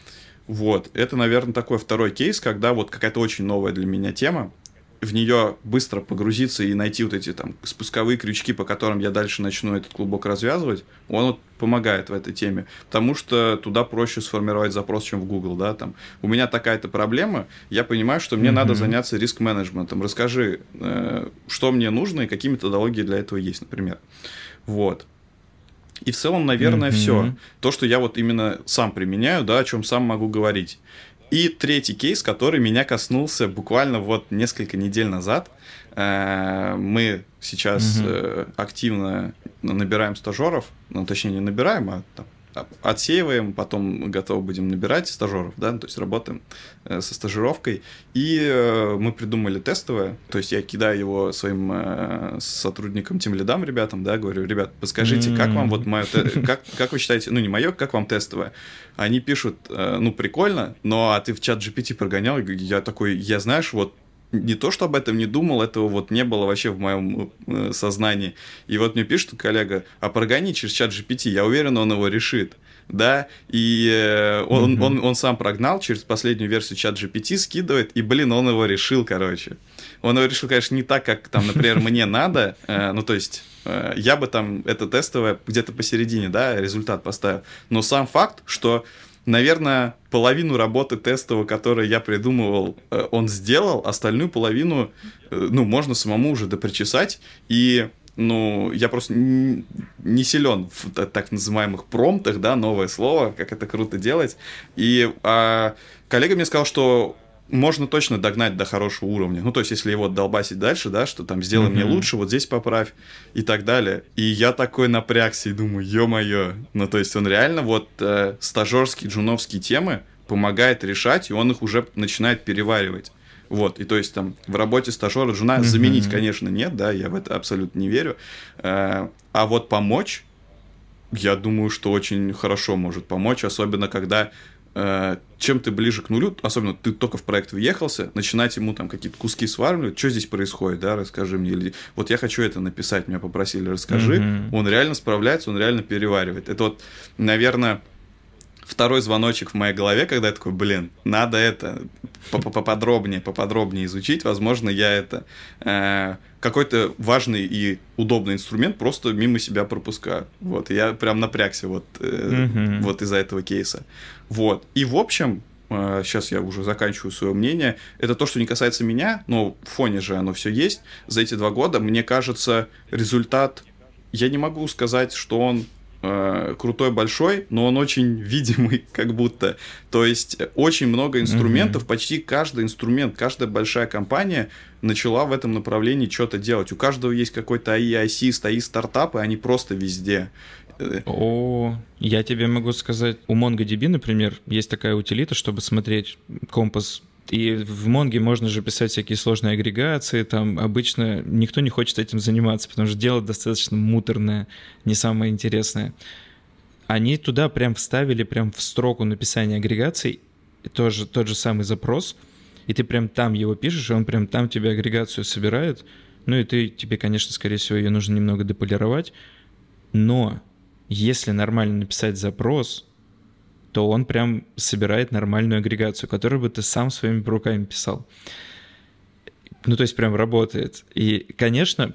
Вот, это, наверное, такой второй кейс, когда вот какая-то очень новая для меня тема, в нее быстро погрузиться и найти вот эти там спусковые крючки, по которым я дальше начну этот клубок развязывать, он вот помогает в этой теме, потому что туда проще сформировать запрос, чем в Google, да, там, у меня такая-то проблема, я понимаю, что мне mm-hmm. надо заняться риск-менеджментом, расскажи, э, что мне нужно и какие методологии для этого есть, например, вот. И в целом, наверное, mm-hmm. все. То, что я вот именно сам применяю, да, о чем сам могу говорить. И третий кейс, который меня коснулся буквально вот несколько недель назад. Мы сейчас mm-hmm. активно набираем стажеров, ну, точнее, не набираем, а там, отсеиваем, потом готовы будем набирать стажеров, да, то есть работаем э, со стажировкой, и э, мы придумали тестовое, то есть я кидаю его своим э, сотрудникам, тимлидам, ребятам, да, говорю, ребят, подскажите, mm-hmm. как вам вот мое, те- как, как вы считаете, ну не мое, как вам тестовое? Они пишут, э, ну прикольно, но а ты в чат джи пи ти прогонял, я такой, я знаешь, вот не то, что об этом не думал, этого вот не было вообще в моем э, сознании. И вот мне пишет коллега, а прогони через чат джи пи ти, я уверен, он его решит. Да, и э, он, mm-hmm. он, он сам прогнал через последнюю версию чат джи пи ти, скидывает, и, блин, он его решил, короче. Он его решил, конечно, не так, как, там, например, мне надо, э, ну, то есть, э, я бы там это тестовое где-то посередине, да, результат поставил. Но сам факт, что... Наверное, половину работы тестового, которую я придумывал, он сделал, остальную половину, ну, можно самому уже допричесать, и, ну, я просто не силен в так называемых промптах, да, новое слово, как это круто делать, и а, коллега мне сказал, что можно точно догнать до хорошего уровня. Ну, то есть, если его долбасить дальше, да, что там сделай mm-hmm. мне лучше, вот здесь поправь и так далее. И я такой напрягся и думаю, ё-моё. Ну, то есть, он реально вот э, стажерские, джуновские темы помогает решать, и он их уже начинает переваривать. Вот, и то есть, там, в работе стажера джуна mm-hmm. заменить, конечно, нет, да, я в это абсолютно не верю. Э, а вот помочь, я думаю, что очень хорошо может помочь, особенно когда... чем ты ближе к нулю, особенно ты только в проект въехался, начинать ему там какие-то куски сварливать, что здесь происходит, да, расскажи мне. Или, вот я хочу это написать, меня попросили, расскажи. Mm-hmm. Он реально справляется, он реально переваривает. Это вот, наверное, второй звоночек в моей голове, когда я такой, блин, надо это поподробнее, поподробнее изучить, возможно, я это э, какой-то важный и удобный инструмент просто мимо себя пропускаю. Вот, и я прям напрягся вот, э, mm-hmm. вот из-за этого кейса. Вот, и в общем, э, сейчас я уже заканчиваю свое мнение, это то, что не касается меня, но в фоне же оно все есть. За эти два года, мне кажется, результат, я не могу сказать, что он крутой, большой, но он очень видимый, как будто. То есть очень много инструментов, mm-hmm. почти каждый инструмент, каждая большая компания начала в этом направлении что-то делать. У каждого есть какой-то эй и, ай си, стоит стартапы, они просто везде. О, я тебе могу сказать, у MongoDB, например, есть такая утилита, чтобы смотреть компас. И в Монге можно же писать всякие сложные агрегации, там обычно никто не хочет этим заниматься, потому что дело достаточно муторное, не самое интересное. Они туда прям вставили прям в строку написания агрегаций тоже тот же самый запрос, и ты прям там его пишешь, и он прям там тебе агрегацию собирает. Ну и ты, тебе, конечно, скорее всего, ее нужно немного деполировать, но если нормально написать запрос, то он прям собирает нормальную агрегацию, которую бы ты сам своими руками писал. Ну, то есть прям работает. И, конечно,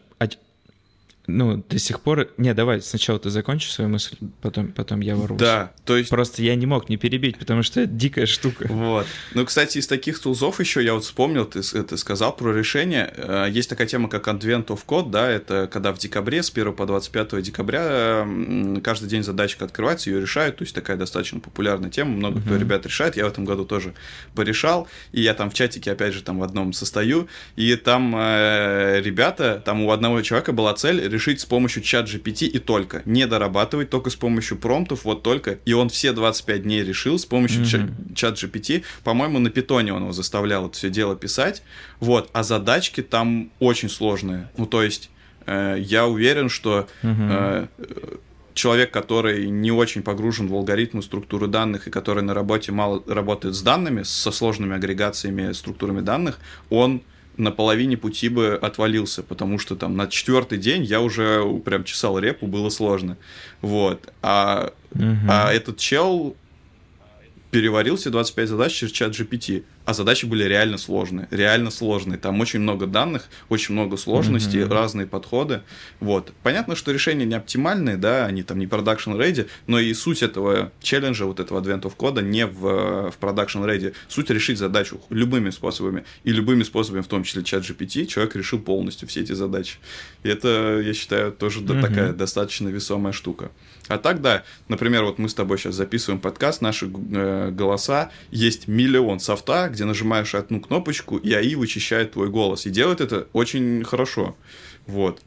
ну, до сих пор... Не, давай, сначала ты закончишь свою мысль, потом, потом я ворвусь. Да, то есть... Просто я не мог не перебить, потому что это дикая штука. Вот. Ну, кстати, из таких тулзов еще я вот вспомнил, ты это сказал про решение. Есть такая тема, как Advent of Code, да, это когда в декабре, с первого по двадцать пятое декабря, каждый день задачка открывается, ее решают, то есть такая достаточно популярная тема, много uh-huh. кто ребят решает, я в этом году тоже порешал, и я там в чатике, опять же, там в одном состою, и там э, ребята, там у одного человека была цель решить с помощью чат джи пи ти и только. Не дорабатывать, только с помощью промптов, вот только. И он все двадцать пять дней решил с помощью mm-hmm. чат джи пи ти. По-моему, на питоне он его заставлял это все дело писать. Вот. А задачки там очень сложные. Ну, то есть, э, я уверен, что mm-hmm. э, человек, который не очень погружен в алгоритмы структуры данных и который на работе мало работает с данными, со сложными агрегациями, структурами данных, он на половине пути бы отвалился, потому что там на четвертый день я уже прям чесал репу, было сложно. Вот. А, угу. а этот чел переварил все двадцать пять задач через чат джи пи ти. А задачи были реально сложные, реально сложные. Там очень много данных, очень много сложностей, mm-hmm. разные подходы. Вот. Понятно, что решения не оптимальные, да, они там не production ready, но и суть этого челленджа, вот этого Advent of Code не в, в production ready. Суть решить задачу любыми способами. И любыми способами, в том числе чат джи пи ти, человек решил полностью все эти задачи. И это, я считаю, тоже mm-hmm. такая достаточно весомая штука. А так, да, например, вот мы с тобой сейчас записываем подкаст, наши э, голоса, есть миллион софта, где нажимаешь одну кнопочку, и эй ай вычищает твой голос. И делает это очень хорошо. Вот.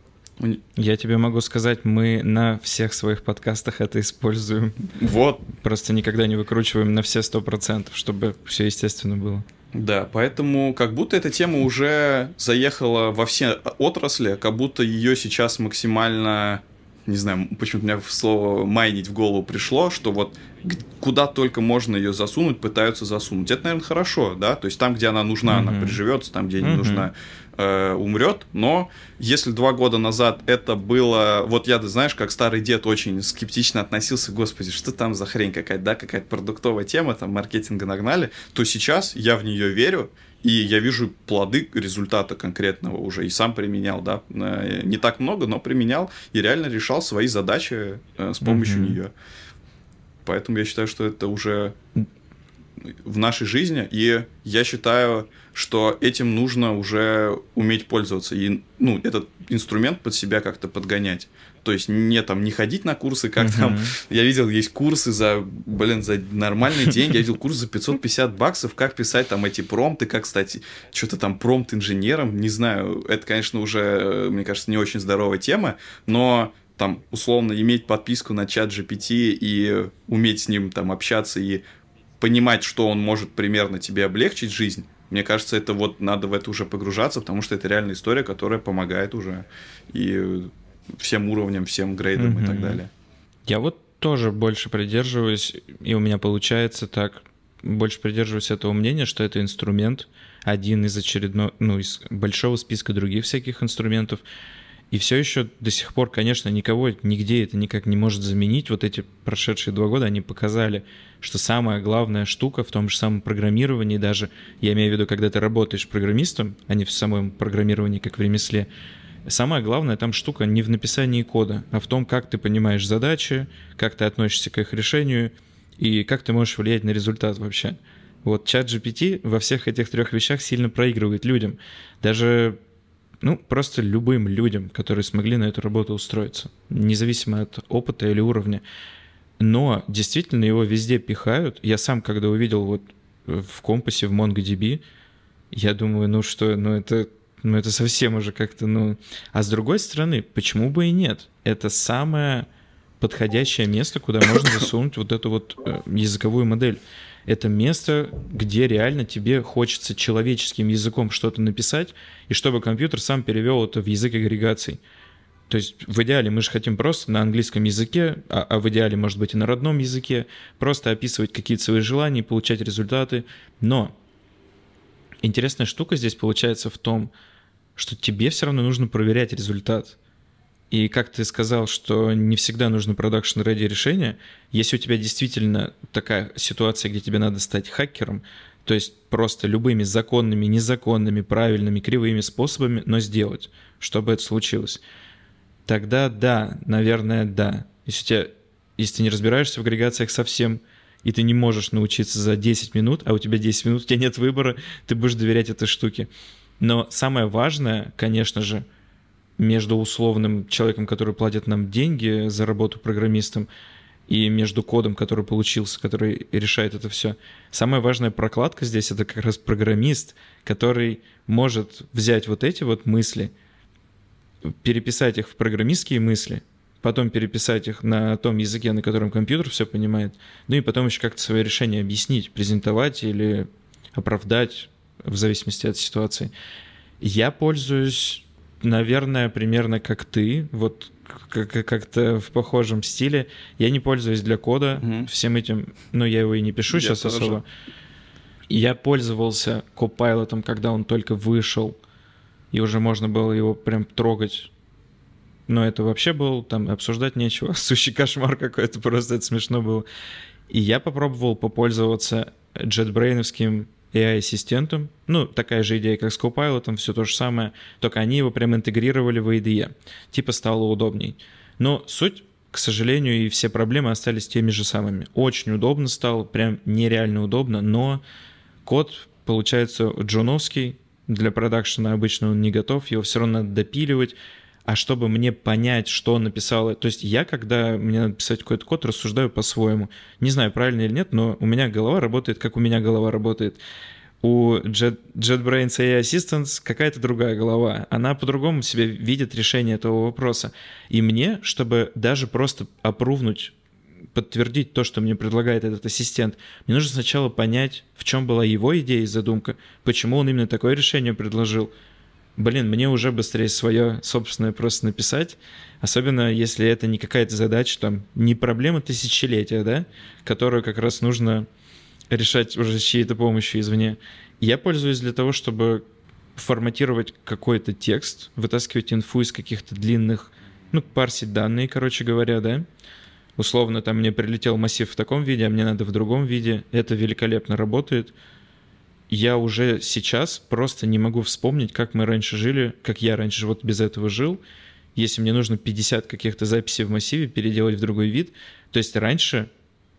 Я тебе могу сказать, мы на всех своих подкастах это используем. Вот. Просто никогда не выкручиваем на все сто процентов, чтобы все естественно было. Да, поэтому как будто эта тема уже заехала во все отрасли, как будто ее сейчас максимально... Не знаю, почему-то у меня слово «майнить» в голову пришло, что вот куда только можно ее засунуть, пытаются засунуть. Это, наверное, хорошо, да, то есть там, где она нужна, mm-hmm. она приживется, там, где mm-hmm. не нужна, э, умрет. Но если два года назад это было... Вот я, ты знаешь, как старый дед очень скептично относился, господи, что там за хрень какая-то, да, какая-то продуктовая тема, там маркетинга нагнали, то сейчас я в нее верю, и я вижу плоды результата конкретного уже, и сам применял, да, не так много, но применял, и реально решал свои задачи с помощью mm-hmm. нее. Поэтому я считаю, что это уже в нашей жизни, и я считаю, что этим нужно уже уметь пользоваться, и, ну, этот инструмент под себя как-то подгонять. То есть не там не ходить на курсы, как uh-huh. там. Я видел, есть курсы за, блин, за нормальные деньги. Я видел курс за пятьсот пятьдесят баксов, как писать там эти промпты, как стать что-то там промпт-инженером. Не знаю, это, конечно, уже, мне кажется, не очень здоровая тема, но там, условно, иметь подписку на чат джи пи ти и уметь с ним там общаться и понимать, что он может примерно тебе облегчить жизнь, мне кажется, это вот надо в это уже погружаться, потому что это реальная история, которая помогает уже и всем уровням, всем грейдам mm-hmm. и так далее. Я вот тоже больше придерживаюсь, и у меня получается так, больше придерживаюсь этого мнения, что это инструмент, один из очередного, ну, из большого списка других всяких инструментов. И все еще до сих пор, конечно, никого нигде это никак не может заменить. Вот эти прошедшие два года, они показали, что самая главная штука в том же самом программировании даже, я имею в виду, когда ты работаешь программистом, а не в самом программировании, как в ремесле, самая главная там штука не в написании кода, а в том, как ты понимаешь задачи, как ты относишься к их решению и как ты можешь влиять на результат вообще. Вот ChatGPT во всех этих трех вещах сильно проигрывает людям. Даже... Ну, просто любым людям, которые смогли на эту работу устроиться, независимо от опыта или уровня. Но действительно его везде пихают. Я сам, когда увидел вот в компасе, в MongoDB, я думаю, ну что, ну это, ну это совсем уже как-то, ну... А с другой стороны, почему бы и нет? Это самое подходящее место, куда можно засунуть вот эту вот языковую модель. Это место, где реально тебе хочется человеческим языком что-то написать, и чтобы компьютер сам перевел это в язык агрегаций. То есть в идеале мы же хотим просто на английском языке, а, а в идеале, может быть, и на родном языке, просто описывать какие-то свои желания, получать результаты. Но интересная штука здесь получается в том, что тебе все равно нужно проверять результат. И как ты сказал, что не всегда нужно production-ready решение, если у тебя действительно такая ситуация, где тебе надо стать хакером, то есть просто любыми законными, незаконными, правильными, кривыми способами, но сделать, чтобы это случилось, тогда да, наверное, да. Если, у тебя, если ты не разбираешься в агрегациях совсем, и ты не можешь научиться за десять минут, а у тебя десять минут, у тебя нет выбора, ты будешь доверять этой штуке. Но самое важное, конечно же, между условным человеком, который платит нам деньги за работу программистом, и между кодом, который получился, который решает это все. Самая важная прокладка здесь — это как раз программист, который может взять вот эти вот мысли, переписать их в программистские мысли, потом переписать их на том языке, на котором компьютер все понимает, ну и потом еще как-то свое решение объяснить, презентовать или оправдать, в зависимости от ситуации. Я пользуюсь... Наверное, примерно как ты, вот как-то в похожем стиле. Я не пользуюсь для кода mm-hmm. всем этим, но я его и не пишу я сейчас тоже. Особо. Я пользовался Copilot, когда он только вышел, и уже можно было его прям трогать. Но это вообще был, там обсуждать нечего, сущий кошмар какой-то, просто это смешно было. И я попробовал попользоваться JetBrains-овским эй ай-ассистентом, ну, такая же идея, как с Copilot, все то же самое, только они его прям интегрировали в эй ди и, типа стало удобней. Но суть, к сожалению, и все проблемы остались теми же самыми. Очень удобно стало, прям нереально удобно, но код, получается, джуновский, для продакшена обычно он не готов, его все равно надо допиливать, а чтобы мне понять, что он написал, то есть я, когда мне надо писать какой-то код, рассуждаю по-своему. Не знаю, правильно или нет, но у меня голова работает, как у меня голова работает. У Jet, JetBrains эй ай Assistant какая-то другая голова. Она по-другому себе видит решение этого вопроса. И мне, чтобы даже просто опрувнуть, подтвердить то, что мне предлагает этот ассистент, мне нужно сначала понять, в чем была его идея и задумка, почему он именно такое решение предложил. Блин, мне уже быстрее свое собственное просто написать, особенно если это не какая-то задача, там, не проблема тысячелетия, да, которую как раз нужно решать уже с чьей-то помощью извне. Я пользуюсь для того, чтобы форматировать какой-то текст, вытаскивать инфу из каких-то длинных, ну, парсить данные, короче говоря, да. Условно, там мне прилетел массив в таком виде, а мне надо в другом виде. Это великолепно работает. Я уже сейчас просто не могу вспомнить, как мы раньше жили, как я раньше вот без этого жил. Если мне нужно пятьдесят каких-то записей в массиве переделать в другой вид, то есть раньше,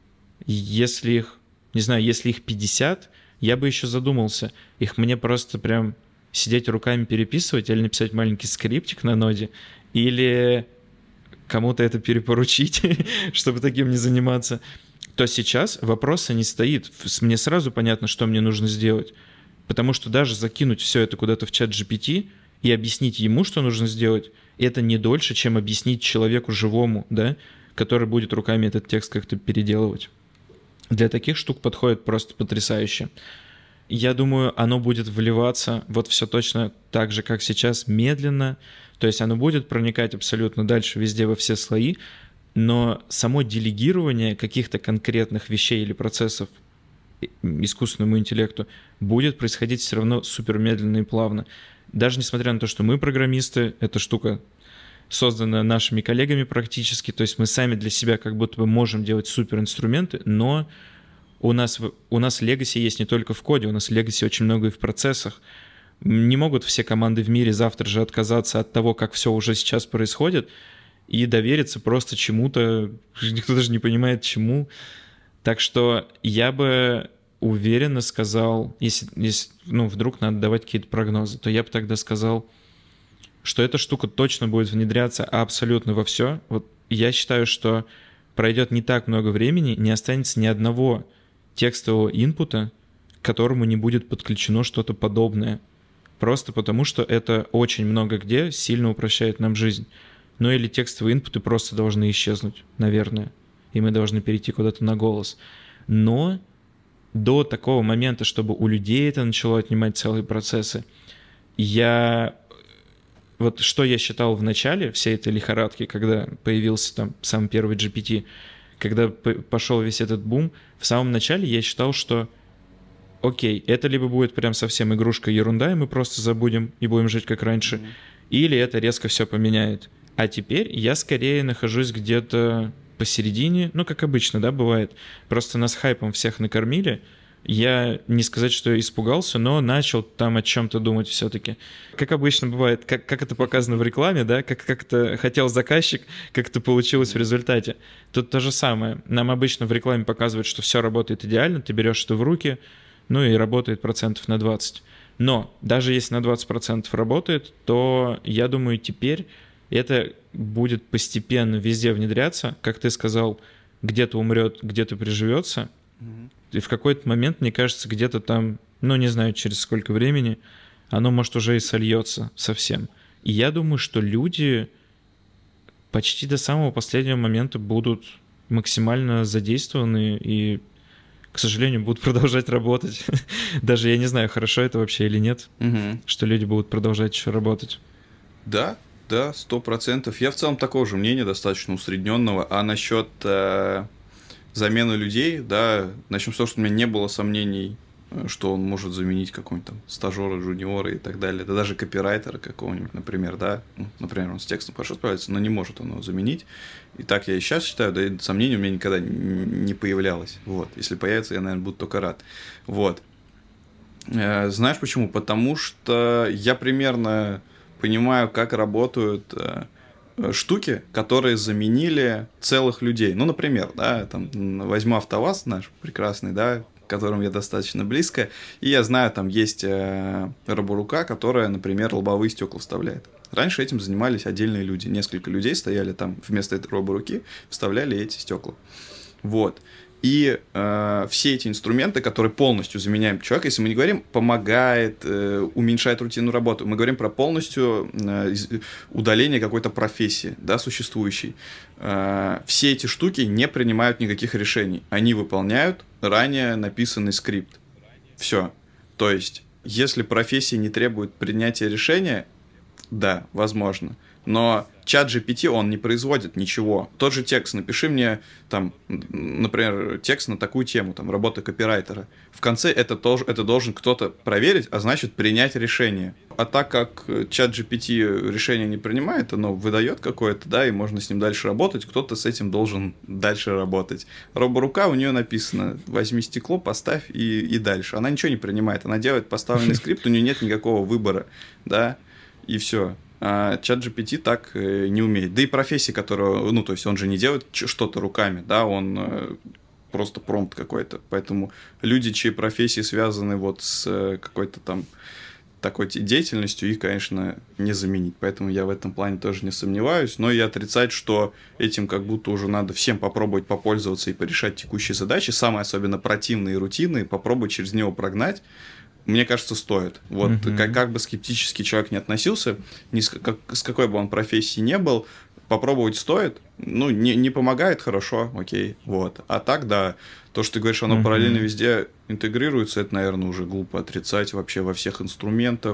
если их, не знаю, если их пятьдесят, я бы еще задумался. Их мне просто прям сидеть руками переписывать или написать маленький скриптик на ноде, или кому-то это перепоручить, чтобы таким не заниматься, то сейчас вопроса не стоит. Мне сразу понятно, что мне нужно сделать. Потому что даже закинуть все это куда-то в чат джи пи ти и объяснить ему, что нужно сделать, это не дольше, чем объяснить человеку живому, да, который будет руками этот текст как-то переделывать. Для таких штук подходит просто потрясающе. Я думаю, оно будет вливаться вот все точно так же, как сейчас, медленно. То есть оно будет проникать абсолютно дальше везде, во все слои, но само делегирование каких-то конкретных вещей или процессов искусственному интеллекту будет происходить все равно супер медленно и плавно. Даже несмотря на то, что мы программисты, эта штука создана нашими коллегами практически, то есть мы сами для себя как будто бы можем делать суперинструменты, но у нас, у нас legacy есть не только в коде, у нас legacy очень много и в процессах. Не могут все команды в мире завтра же отказаться от того, как все уже сейчас происходит, и довериться просто чему-то, никто даже не понимает чему. Так что я бы уверенно сказал, если, если ну, вдруг надо давать какие-то прогнозы, то я бы тогда сказал, что эта штука точно будет внедряться абсолютно во все. Вот я считаю, что пройдет не так много времени, не останется ни одного текстового инпута, к которому не будет подключено что-то подобное. Просто потому, что это очень много где сильно упрощает нам жизнь. Ну или текстовые инпуты просто должны исчезнуть, наверное. И мы должны перейти куда-то на голос. Но до такого момента, чтобы у людей это начало отнимать целые процессы, я... Вот что я считал в начале всей этой лихорадки, когда появился там самый первый джи пи ти, когда пошел весь этот бум, в самом начале я считал, что окей, это либо будет прям совсем игрушка ерунда, и мы просто забудем и будем жить как раньше, mm-hmm. или это резко все поменяет. А теперь я скорее нахожусь где-то посередине, ну, как обычно, да, бывает. Просто нас хайпом всех накормили. Я не сказать, что испугался, но начал там о чем-то думать все-таки. Как обычно бывает, как, как это показано в рекламе, да, как, как это хотел заказчик, как это получилось в результате. Тут то же самое. Нам обычно в рекламе показывают, что все работает идеально, ты берешь это в руки, ну и работает процентов на двадцать. Но даже если на двадцать процентов работает, то я думаю, теперь это будет постепенно везде внедряться. Как ты сказал, где-то умрет, где-то приживется. Mm-hmm. И в какой-то момент, мне кажется, где-то там, ну, не знаю, через сколько времени, оно, может, уже и сольется совсем. И я думаю, что люди почти до самого последнего момента будут максимально задействованы и, к сожалению, будут продолжать работать. Даже я не знаю, хорошо это вообще или нет, угу. что люди будут продолжать еще работать. Да, да, сто процентов. Я в целом такого же мнения, достаточно усредненного. А насчет... Э... замены людей, да, начнем с того, что у меня не было сомнений, что он может заменить какого-нибудь там стажера, джуниора и так далее, да даже копирайтера какого-нибудь, например, да, ну, например, он с текстом хорошо справится, но не может он его заменить, и так я и сейчас считаю, да, и сомнений у меня никогда не появлялось, вот, если появится, я, наверное, буду только рад, вот. Знаешь почему? Потому что я примерно понимаю, как работают... штуки, которые заменили целых людей. Ну, например, да, там, возьму АвтоВАЗ наш прекрасный, да, к которому я достаточно близко, и я знаю, там есть э, роборука, которая, например, лобовые стекла вставляет. Раньше этим занимались отдельные люди. Несколько людей стояли там вместо этой роборуки, вставляли эти стекла. Вот. И э, все эти инструменты, которые полностью заменяем человека, если мы не говорим помогает, э, уменьшает рутинную работу, мы говорим про полностью э, удаление какой-то профессии, да, существующей. Э, все эти штуки не принимают никаких решений. Они выполняют ранее написанный скрипт. Все. То есть, если профессия не требует принятия решения, да, возможно. Но чат джи пи ти, он не производит ничего. Тот же текст, напиши мне, там, например, текст на такую тему, там, работа копирайтера. В конце это, тоже, это должен кто-то проверить, а значит принять решение. А так как чат джи пи ти решение не принимает, оно выдает какое-то, да, и можно с ним дальше работать, кто-то с этим должен дальше работать. Роборука, у нее написано, возьми стекло, поставь и, и дальше. Она ничего не принимает, она делает поставленный скрипт, у нее нет никакого выбора, да, и все. А чат джи пи ти так э, не умеет. Да и профессии, которую, ну, то есть он же не делает что-то руками, да, он э, просто промпт какой-то. Поэтому люди, чьи профессии связаны вот с э, какой-то там такой деятельностью, их, конечно, не заменить. Поэтому я в этом плане тоже не сомневаюсь. Но и отрицать, что этим как будто уже надо всем попробовать попользоваться и порешать текущие задачи, самые особенно противные и рутинные, попробовать через него прогнать, мне кажется, стоит. Вот mm-hmm. как, как бы скептически человек не относился, ни с, как, с какой бы он профессии не был, попробовать стоит. Ну, не, не помогает, хорошо, окей. Вот. А так, да, то, что ты говоришь, оно mm-hmm. параллельно везде интегрируется, это, наверное, уже глупо отрицать вообще во всех инструментах.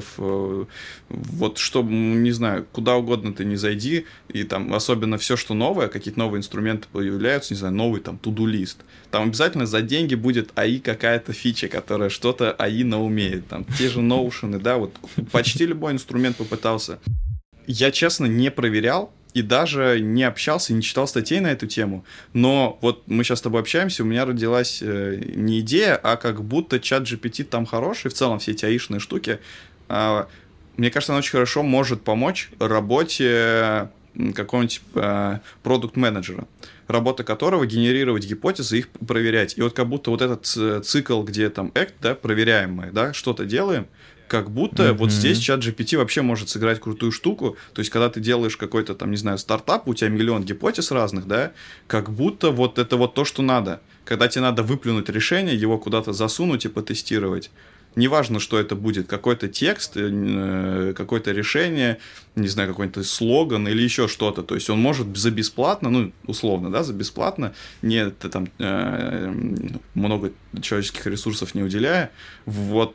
Вот что, не знаю, куда угодно ты не зайди, и там особенно все, что новое, какие-то новые инструменты появляются, не знаю, новый там to-do-лист. Там обязательно за деньги будет эй ай какая-то фича, которая что-то эй ай наумеет. Там те же Notion, да, вот почти любой инструмент попытался. Я, честно, не проверял, и даже не общался, не читал статей на эту тему. Но вот мы сейчас с тобой общаемся, у меня родилась э, не идея, а как будто чат джи пи ти там хороший, в целом все эти аишные штуки. Э, мне кажется, он очень хорошо может помочь работе какого-нибудь э, продукт-менеджера, работа которого генерировать гипотезы, их проверять. И вот как будто вот этот цикл, где там act, да, проверяем мы, да, что-то делаем, как будто mm-hmm. вот здесь чат джи пи ти вообще может сыграть крутую штуку. То есть, когда ты делаешь какой-то там, не знаю, стартап, у тебя миллион гипотез разных, да, как будто вот это вот то, что надо. Когда тебе надо выплюнуть решение, его куда-то засунуть и потестировать. Неважно, что это будет, какой-то текст, какое-то решение, не знаю, какой-то слоган или еще что-то. То есть он может за бесплатно, ну, условно, да, за бесплатно, не там много человеческих ресурсов не уделяя, вот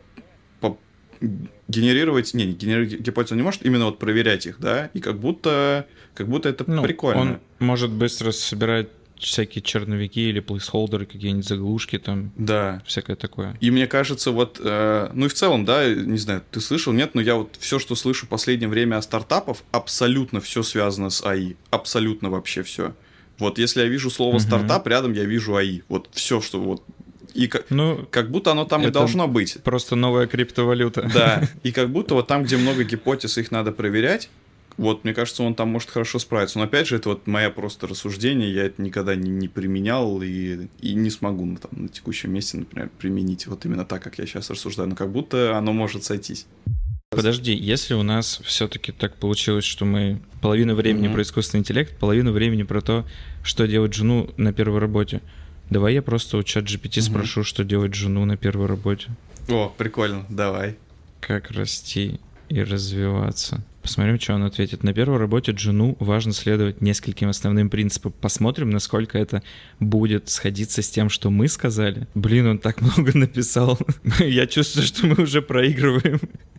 генерировать, не, генерировать гипотезу не может, именно вот проверять их, да, и как будто, как будто это ну, прикольно. Он может быстро собирать всякие черновики или плейсхолдеры, какие-нибудь заглушки там, да. всякое такое. И мне кажется, вот, э, ну и в целом, да, не знаю, ты слышал, нет, но я вот все, что слышу в последнее время о стартапах, абсолютно все связано с эй ай, абсолютно вообще все. Вот если я вижу слово uh-huh. стартап, рядом я вижу эй ай, вот все, что вот, и как, ну, как будто оно там и должно быть. Просто новая криптовалюта. Да, и как будто вот там, где много гипотез, их надо проверять. Вот, мне кажется, он там может хорошо справиться. Но опять же, это вот мое просто рассуждение, я это никогда не, не применял и, и не смогу на, там, на текущем месте, например, применить вот именно так, как я сейчас рассуждаю. Но как будто оно может сойтись. Подожди, если у нас все-таки так получилось, что мы половину времени mm-hmm. про искусственный интеллект, половину времени про то, что делать жену на первой работе, давай я просто у чат джи пи ти mm-hmm. спрошу, что делать жену на первой работе. О, прикольно, давай. Как расти и развиваться. Посмотрим, что он ответит. На первой работе Джуну важно следовать нескольким основным принципам. Посмотрим, насколько это будет сходиться с тем, что мы сказали. Блин, он так много написал. Я чувствую, что мы уже проигрываем.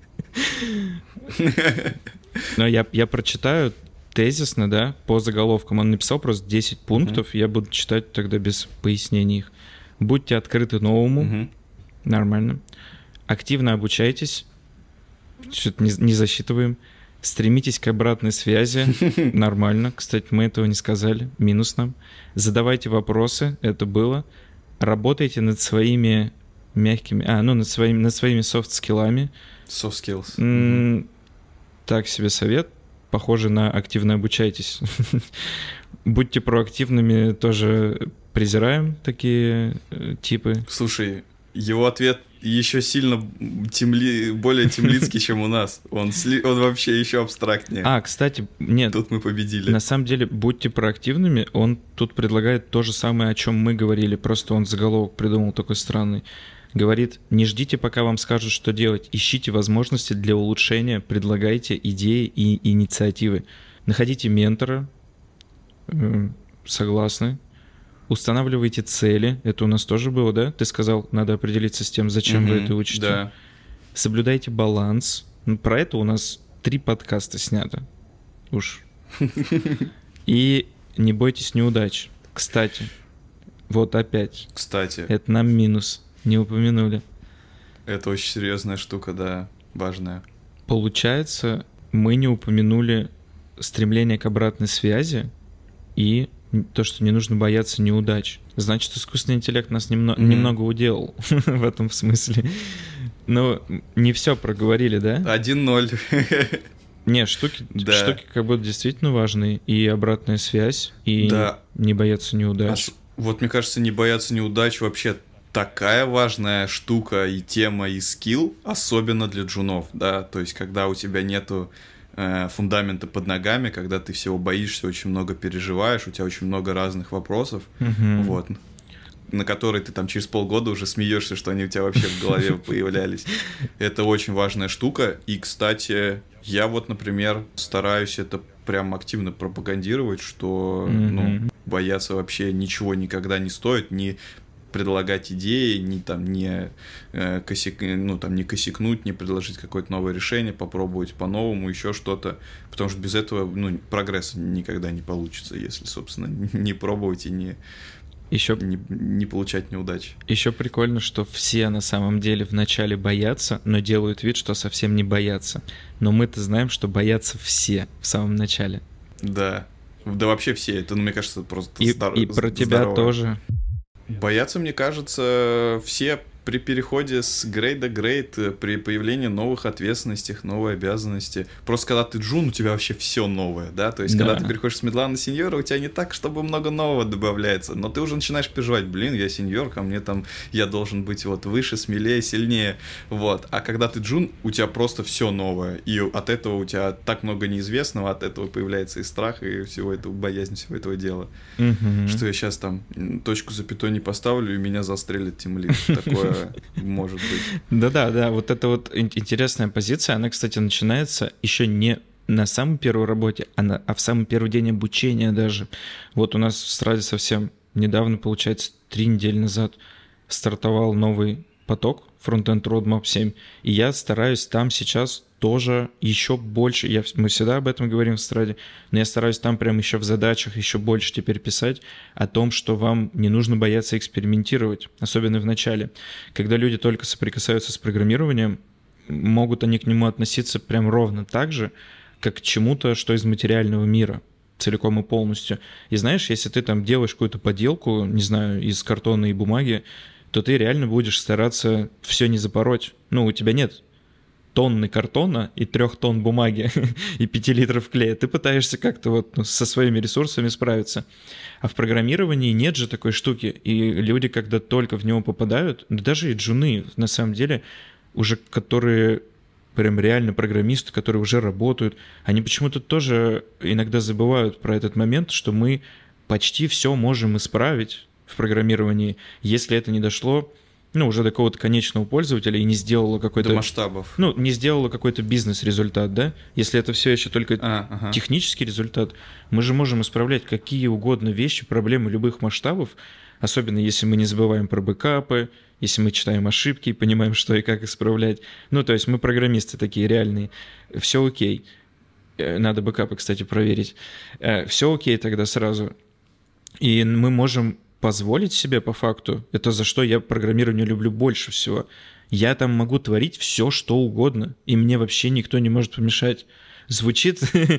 Но я, я прочитаю тезисно, да, по заголовкам. Он написал просто десять пунктов, uh-huh. я буду читать тогда без пояснений их. Будьте открыты новому. Uh-huh. Нормально. Активно обучайтесь. Что-то не, не засчитываем. Стремитесь к обратной связи. Нормально. Кстати, мы этого не сказали. Минус нам. Задавайте вопросы. Это было. Работайте над своими мягкими... А, ну, над своими, над своими софт-скиллами. Soft skills. М- mm-hmm. Так себе совет. Похоже на активно обучайтесь. Будьте проактивными. Тоже презираем такие э, типы. Слушай, его ответ... еще сильно темли... более темлицкий, чем у нас. Он, сли... он вообще еще абстрактнее. А, кстати, нет. Тут мы победили. На самом деле, будьте проактивными. Он тут предлагает то же самое, о чем мы говорили. Просто он заголовок придумал такой странный. Говорит, не ждите, пока вам скажут, что делать. Ищите возможности для улучшения, предлагайте идеи и инициативы. Находите ментора. Согласны. Устанавливайте цели. Это у нас тоже было, да? Ты сказал, надо определиться с тем, зачем mm-hmm, вы это учите. Да. Соблюдайте баланс. Ну, про это у нас три подкаста снято. Уж. И не бойтесь неудач. Кстати, вот опять. Кстати. Это нам минус. Не упомянули. Это очень серьезная штука, да, важная. Получается, мы не упомянули стремление к обратной связи и то, что не нужно бояться неудач. Значит, искусственный интеллект нас немно- mm-hmm. немного уделал в этом смысле. Но не все проговорили, да? один ноль. Не, штуки, да. штуки как будто действительно важны. И обратная связь, и да. не бояться неудач. А, вот, мне кажется, не бояться неудач вообще такая важная штука и тема, и скилл, особенно для джунов, да, то есть когда у тебя нету э, фундамента под ногами, когда ты всего боишься, очень много переживаешь, у тебя очень много разных вопросов, mm-hmm. вот, на которые ты там через полгода уже смеешься, что они у тебя вообще в голове появлялись. Это очень важная штука, и, кстати, я вот, например, стараюсь это прям активно пропагандировать, что, mm-hmm. ну, бояться вообще ничего никогда не стоит, ни предлагать идеи, не там не э, косяк, ну там не косякнуть, не предложить какое-то новое решение, попробовать по-новому, еще что-то, потому что без этого, ну, прогресса никогда не получится, если, собственно, не пробовать и не еще не, не получать неудач. Еще прикольно, что все на самом деле вначале боятся, но делают вид, что совсем не боятся. Но мы-то знаем, что боятся все в самом начале. Да. Да вообще все. Это, ну, мне кажется, просто И, здор... и про тебя здорово. тоже. Боятся, мне кажется, все при переходе с грейда грейд, при появлении новых ответственностей, новой обязанности. Просто когда ты джун, у тебя вообще все новое, да? То есть, Да. когда ты переходишь с медла на сеньора, у тебя не так, чтобы много нового добавляется. Но ты уже начинаешь переживать, блин, я сеньор, ко мне там, я должен быть вот выше, смелее, сильнее. Вот. А когда ты джун, у тебя просто все новое. И от этого у тебя так много неизвестного, от этого появляется и страх, и всего этого, боязнь всего этого дела. Мгм. Что я сейчас там точку запятой не поставлю, и меня застрелит тимлид. Такое может быть. Да-да-да, вот эта вот ин- интересная позиция, она, кстати, начинается еще не на самой первой работе, а, на, а в самый первый день обучения даже. Вот у нас в Страде совсем недавно, получается, три недели назад стартовал новый поток Frontend Roadmap семь, и я стараюсь там сейчас тоже еще больше, я, мы всегда об этом говорим в Страде, но я стараюсь там прям еще в задачах еще больше теперь писать о том, что вам не нужно бояться экспериментировать, особенно в начале. Когда люди только соприкасаются с программированием, могут они к нему относиться прям ровно так же, как к чему-то, что из материального мира, целиком и полностью. И знаешь, если ты там делаешь какую-то поделку, не знаю, из картона и бумаги, то ты реально будешь стараться все не запороть. Ну, у тебя нет тонны картона и трех тонн бумаги и пяти литров клея. Ты пытаешься как-то вот ну, со своими ресурсами справиться. А в программировании нет же такой штуки. И люди, когда только в него попадают, да даже и джуны, на самом деле, уже которые прям реально программисты, которые уже работают, они почему-то тоже иногда забывают про этот момент, что мы почти все можем исправить в программировании, если это не дошло ну, уже до какого-то конечного пользователя и не сделало какой-то... До масштабов. Ну, не сделало какой-то бизнес-результат, да? Если это все еще только а, ага. технический результат, мы же можем исправлять какие угодно вещи, проблемы любых масштабов, особенно если мы не забываем про бэкапы, если мы читаем ошибки и понимаем, что и как исправлять. Ну, то есть мы программисты такие реальные. Все окей. Надо бэкапы, кстати, проверить. Все окей тогда сразу. И мы можем позволить себе по факту, это за что я программирование люблю больше всего. Я там могу творить все, что угодно, и мне вообще никто не может помешать. Звучит,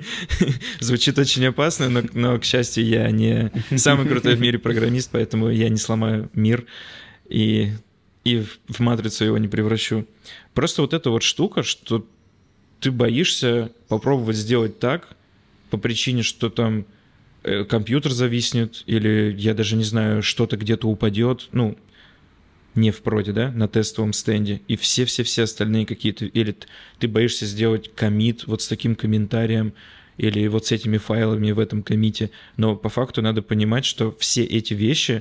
звучит очень опасно, но, но, к счастью, я не самый крутой в мире программист, поэтому я не сломаю мир и, и в матрицу его не превращу. Просто вот эта вот штука, что ты боишься попробовать сделать так по причине, что там компьютер зависнет, или, я даже не знаю, что-то где-то упадет, ну, не в проде, да, на тестовом стенде, и все-все-все остальные какие-то, или ты боишься сделать коммит вот с таким комментарием, или вот с этими файлами в этом коммите, но по факту надо понимать, что все эти вещи,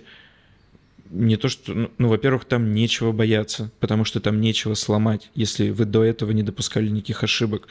не то что, ну, ну, во-первых, там нечего бояться, потому что там нечего сломать, если вы до этого не допускали никаких ошибок,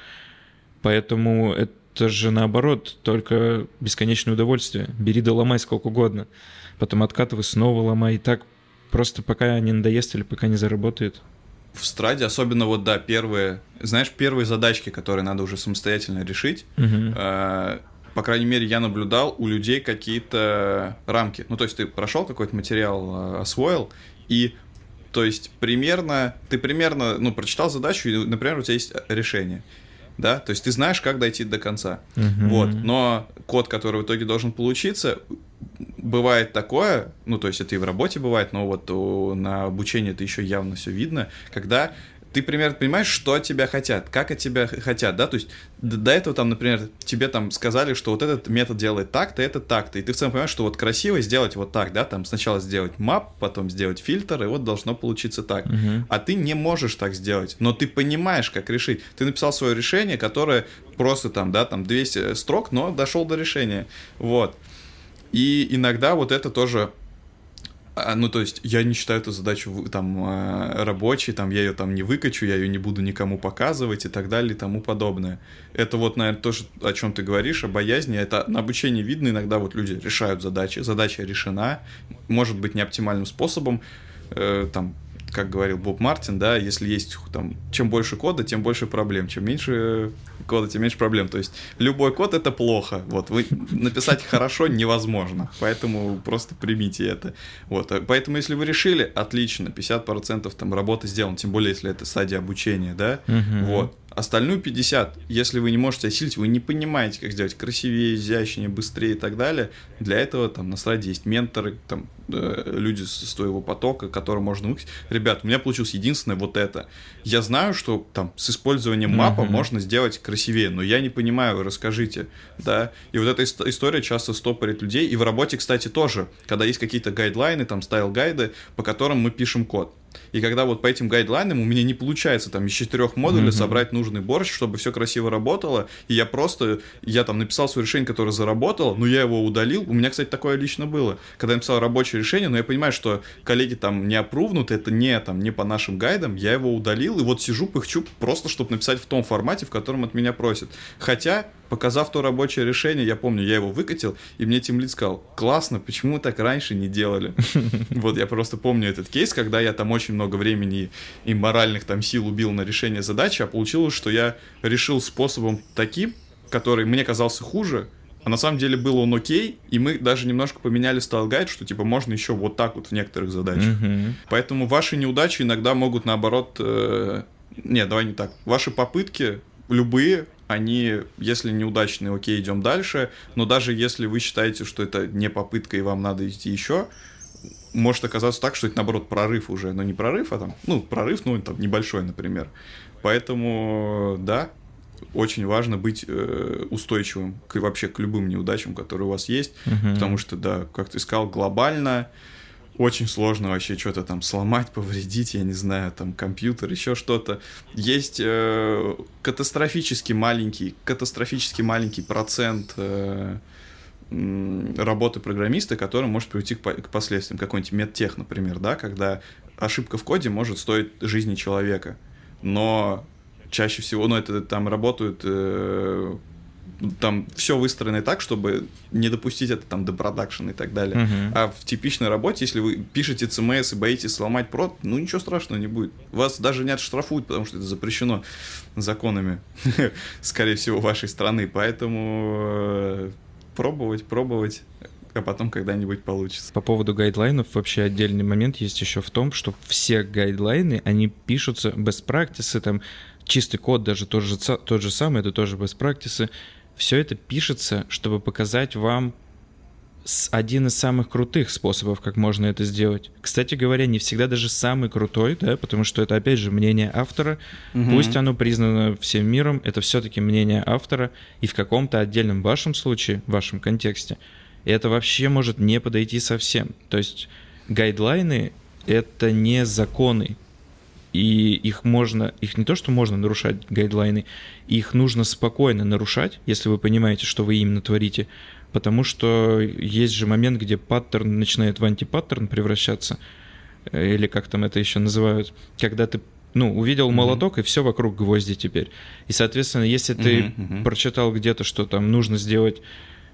поэтому это Это же наоборот, только бесконечное удовольствие. Бери да ломай сколько угодно. Потом откатывай, снова ломай. И так просто пока не надоест или пока не заработает. В Страде, особенно вот, да, первые, знаешь, первые задачки, которые надо уже самостоятельно решить, Угу. э, по крайней мере, я наблюдал у людей какие-то рамки. Ну, то есть ты прошел какой-то материал, э, освоил, и, то есть, примерно, ты примерно, ну, прочитал задачу, и, например, у тебя есть решение. Да, то есть ты знаешь, как дойти до конца. Uh-huh. Вот, но код, который в итоге должен получиться, бывает такое, ну, то есть это и в работе бывает, но вот у, на обучении это еще явно все видно, когда ты примерно понимаешь, что от тебя хотят, как от тебя хотят, да, то есть до, до этого там, например, тебе там сказали, что вот этот метод делает так-то, это так-то, и ты в целом понимаешь, что вот красиво сделать вот так, да, там сначала сделать map, потом сделать фильтр, и вот должно получиться так, Uh-huh. а ты не можешь так сделать, но ты понимаешь, как решить, ты написал свое решение, которое просто там, да, там двести строк, но дошел до решения, вот, и иногда вот это тоже... Ну, то есть, я не считаю эту задачу там рабочей, там, я ее там не выкачу, я ее не буду никому показывать и так далее и тому подобное. Это вот, наверное, то, о чем ты говоришь, о боязни. Это на обучении видно, иногда вот люди решают задачи, задача решена, может быть, не оптимальным способом, э, там, как говорил Боб Мартин, да, если есть там, чем больше кода, тем больше проблем, чем меньше кода, тем меньше проблем. То есть любой код — это плохо. Вот, вы написать хорошо невозможно, поэтому просто примите это. Вот, поэтому если вы решили, отлично, пятьдесят процентов там работы сделано, тем более если это стадия обучения, да, Uh-huh. вот. Остальную пятьдесят, если вы не можете осилить, вы не понимаете, как сделать красивее, изящнее, быстрее и так далее, для этого там на слайде есть менторы, там э, люди с твоего потока, которым можно выкатить. Ребят, у меня получилось единственное вот это. Я знаю, что там с использованием мапа mm-hmm. можно сделать красивее, но я не понимаю, расскажите, да. И вот эта история часто стопорит людей, и в работе, кстати, тоже, когда есть какие-то гайдлайны, там стайл-гайды, по которым мы пишем код. И когда вот по этим гайдлайнам у меня не получается там из четырех модулей mm-hmm. собрать нужный борщ, чтобы все красиво работало, и я просто, я там написал свое решение, которое заработало, но я его удалил. У меня, кстати, такое лично было. Когда я написал рабочее решение, но я понимаю, что коллеги там не апрувнут, это не, там, не по нашим гайдам, я его удалил, и вот сижу, пыхчу, просто чтобы написать в том формате, в котором от меня просят. Хотя, показав то рабочее решение, я помню, я его выкатил, и мне тимлид сказал: классно, почему мы так раньше не делали? Вот я просто помню этот кейс, когда я там очень много времени и моральных там сил убил на решение задачи, а получилось, что я решил способом таким, который мне казался хуже, а на самом деле был он окей, и мы даже немножко поменяли стайл-гайд, что типа можно еще вот так вот в некоторых задачах. Mm-hmm. Поэтому ваши неудачи иногда могут наоборот... Э... Нет, давай не так. Ваши попытки, любые, они, если неудачные, окей, идем дальше, но даже если вы считаете, что это не попытка и вам надо идти еще, может оказаться так, что это, наоборот, прорыв уже, но не прорыв, а там, ну, прорыв, ну, там, небольшой, например. Поэтому, да, очень важно быть э, устойчивым к, вообще к любым неудачам, которые у вас есть, uh-huh. потому что, да, как ты сказал, глобально очень сложно вообще что-то там сломать, повредить, я не знаю, там, компьютер, еще что-то. Есть э, катастрофически маленький, катастрофически маленький процент э, работы программиста, который может привести к, к последствиям. Какой-нибудь медтех, например, да, когда ошибка в коде может стоить жизни человека. Но чаще всего, ну, это там работают, э, там все выстроено так, чтобы не допустить это там до продакшена и так далее. Uh-huh. А в типичной работе, если вы пишете си эм эс и боитесь сломать прод, ну, ничего страшного не будет. Вас даже не отштрафуют, потому что это запрещено законами, скорее всего, вашей страны. Поэтому э, пробовать, пробовать, а потом когда-нибудь получится. По поводу гайдлайнов вообще отдельный момент есть еще в том, что все гайдлайны, они пишутся best practices, там чистый код даже тот же, тот же самый, это тоже best practices. Все это пишется, чтобы показать вам один из самых крутых способов, как можно это сделать. Кстати говоря, не всегда даже самый крутой, да, потому что это, опять же, мнение автора. Угу. Пусть оно признано всем миром, это все-таки мнение автора, и в каком-то отдельном вашем случае, в вашем контексте, это вообще может не подойти совсем. То есть гайдлайны — это не законы, и их можно, их не то, что можно нарушать, гайдлайны, их нужно спокойно нарушать, если вы понимаете, что вы именно творите, потому что есть же момент, где паттерн начинает в антипаттерн превращаться, или как там это еще называют, когда ты, ну, увидел mm-hmm. молоток, и все вокруг гвозди теперь. И, соответственно, если ты mm-hmm. Mm-hmm. прочитал где-то, что там нужно сделать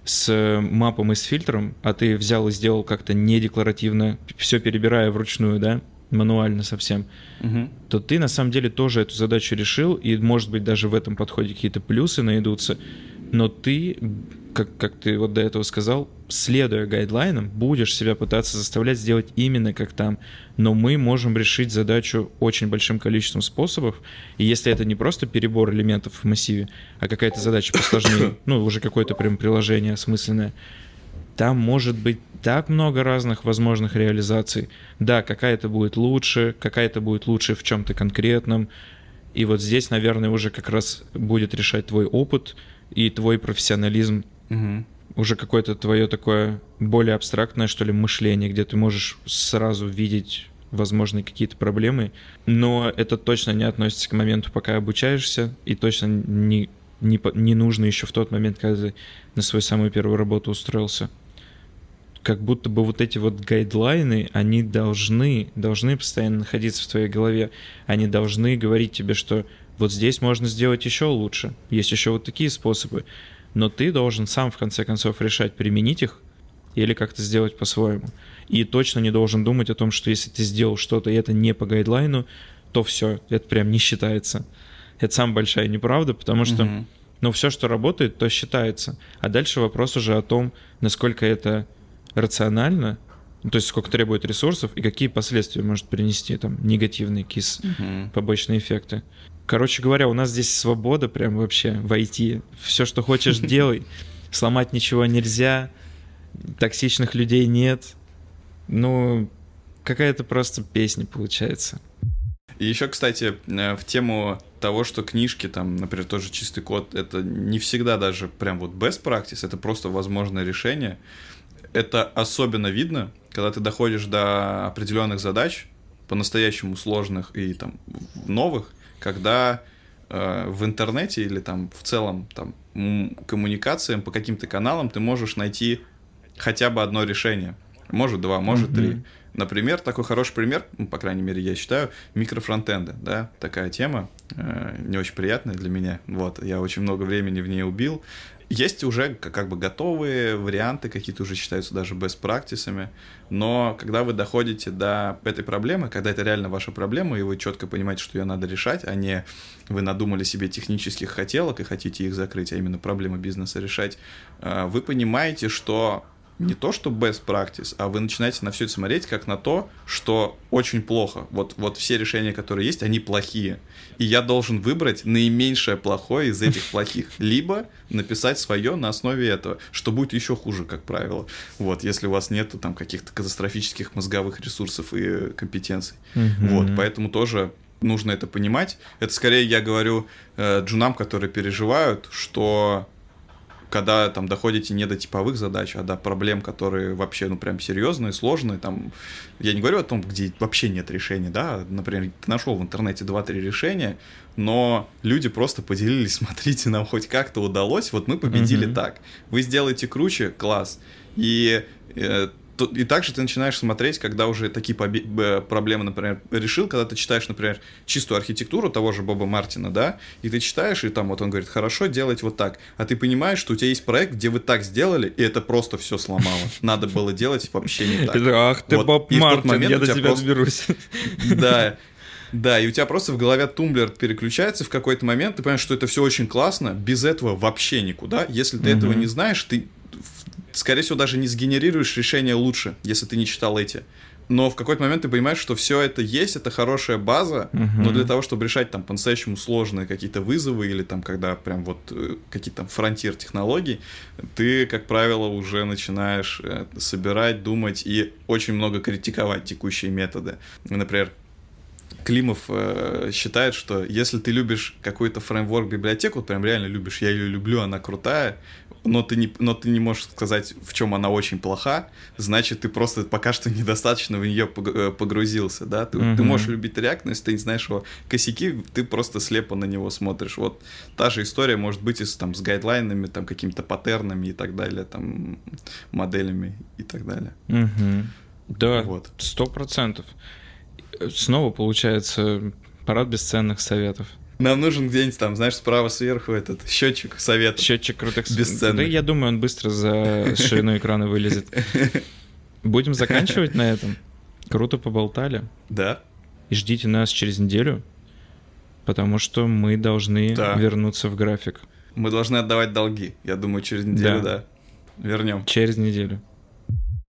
с мапом и с фильтром, а ты взял и сделал как-то недекларативно, все перебирая вручную, да, мануально совсем, угу. то ты на самом деле тоже эту задачу решил, и, может быть, даже в этом подходе какие-то плюсы найдутся, но ты, как, как ты вот до этого сказал, следуя гайдлайнам, будешь себя пытаться заставлять сделать именно как там, но мы можем решить задачу очень большим количеством способов, и если это не просто перебор элементов в массиве, а какая-то задача посложнее, ну, уже какое-то прям приложение осмысленное, там может быть так много разных возможных реализаций. Да, какая-то будет лучше, какая-то будет лучше в чем-то конкретном. И вот здесь, наверное, уже как раз будет решать твой опыт и твой профессионализм. Угу. Уже какое-то твое такое более абстрактное, что ли, мышление, где ты можешь сразу видеть возможные какие-то проблемы. Но это точно не относится к моменту, пока обучаешься, и точно не, не, не нужно еще в тот момент, когда ты на свою самую первую работу устроился. Как будто бы вот эти вот гайдлайны, они должны, должны постоянно находиться в твоей голове. Они должны говорить тебе, что вот здесь можно сделать еще лучше. Есть еще вот такие способы. Но ты должен сам, в конце концов, решать, применить их или как-то сделать по-своему. И точно не должен думать о том, что если ты сделал что-то, и это не по гайдлайну, то все, это прям не считается. Это самая большая неправда, потому что mm-hmm. ну, все, что работает, то считается. А дальше вопрос уже о том, насколько это рационально, Ну, то есть сколько требует ресурсов и какие последствия может принести там негативные кис, Мгм. побочные эффекты. Короче говоря, у нас здесь свобода прям вообще в ай ти. Все, что хочешь, делай. Сломать ничего нельзя. Токсичных людей нет. Ну, какая-то просто песня получается. И еще, кстати, э, в тему того, что книжки, там, например, тоже чистый код, это не всегда даже прям вот best practice, это просто возможное решение. Это особенно видно, когда ты доходишь до определенных задач, по-настоящему сложных и там новых, когда э, в интернете или там в целом там м, коммуникациям по каким-то каналам ты можешь найти хотя бы одно решение. Может два, может три. Мгм. Например, такой хороший пример, ну, по крайней мере, я считаю, микрофронтенды, да, такая тема, э, не очень приятная для меня, вот, я очень много времени в ней убил. Есть уже как как бы готовые варианты, какие-то уже считаются даже best practice'ами, но когда вы доходите до этой проблемы, когда это реально ваша проблема, и вы четко понимаете, что ее надо решать, а не вы надумали себе технических хотелок и хотите их закрыть, а именно проблемы бизнеса решать, э, вы понимаете, что не то, что best practice, а вы начинаете на все это смотреть как на то, что очень плохо. Вот, вот все решения, которые есть, они плохие. И я должен выбрать наименьшее плохое из этих плохих. Либо написать свое на основе этого, что будет еще хуже, как правило. Вот, если у вас нету там каких-то катастрофических мозговых ресурсов и компетенций. Мгм. Вот, поэтому тоже нужно это понимать. Это скорее я говорю э, джунам, которые переживают, что когда там доходите не до типовых задач, а до проблем, которые вообще, ну, прям серьезные, сложные, там, я не говорю о том, где вообще нет решений, да, например, ты нашел в интернете два-три решения, но люди просто поделились, смотрите, нам хоть как-то удалось, вот мы победили Мгм. так, вы сделаете круче, класс, и э, то- и также ты начинаешь смотреть, когда уже такие побе- б- проблемы, например, решил, когда ты читаешь, например, чистую архитектуру того же Боба Мартина, да, и ты читаешь, и там вот он говорит, хорошо, делать вот так, а ты понимаешь, что у тебя есть проект, где вы так сделали, и это просто все сломало. Надо было делать вообще не так. Это, ах ты, Вот. Боб И в тот Мартин, момент я у до тебя тебя просто- доберусь. Да, да, и у тебя просто в голове тумблер переключается в какой-то момент, ты понимаешь, что это все очень классно, без этого вообще никуда. Если ты Мгм. этого не знаешь, ты, скорее всего, даже не сгенерируешь решение лучше, если ты не читал эти. Но в какой-то момент ты понимаешь, что все это есть, это хорошая база, Мгм. но для того, чтобы решать там по-настоящему сложные какие-то вызовы или там, когда прям вот э, какие-то там фронтир технологий, ты, как правило, уже начинаешь э, собирать, думать и очень много критиковать текущие методы. Например, Климов э, считает, что если ты любишь какой-то фреймворк, библиотеку, прям реально любишь, я ее люблю, она крутая, но ты не, но ты не можешь сказать, в чем она очень плоха, значит, ты просто пока что недостаточно в нее пог- погрузился, да, ты, Мгм. ты можешь любить React, но если ты не знаешь его косяки, ты просто слепо на него смотришь. Вот та же история может быть и с, там, с гайдлайнами, там, какими-то паттернами и так далее, там, моделями и так далее. Мгм. Да, Вот. сто процентов. Снова получается парад бесценных советов. Нам нужен где-нибудь там, знаешь, справа сверху этот счетчик советов. Счетчик крутых... Бесценный. Да, я думаю, он быстро за ширину экрана вылезет. Будем заканчивать на этом. Круто поболтали. Да. И ждите нас через неделю, потому что мы должны Да. вернуться в график. Мы должны отдавать долги. Я думаю, через неделю, Да. да, вернем. Через неделю.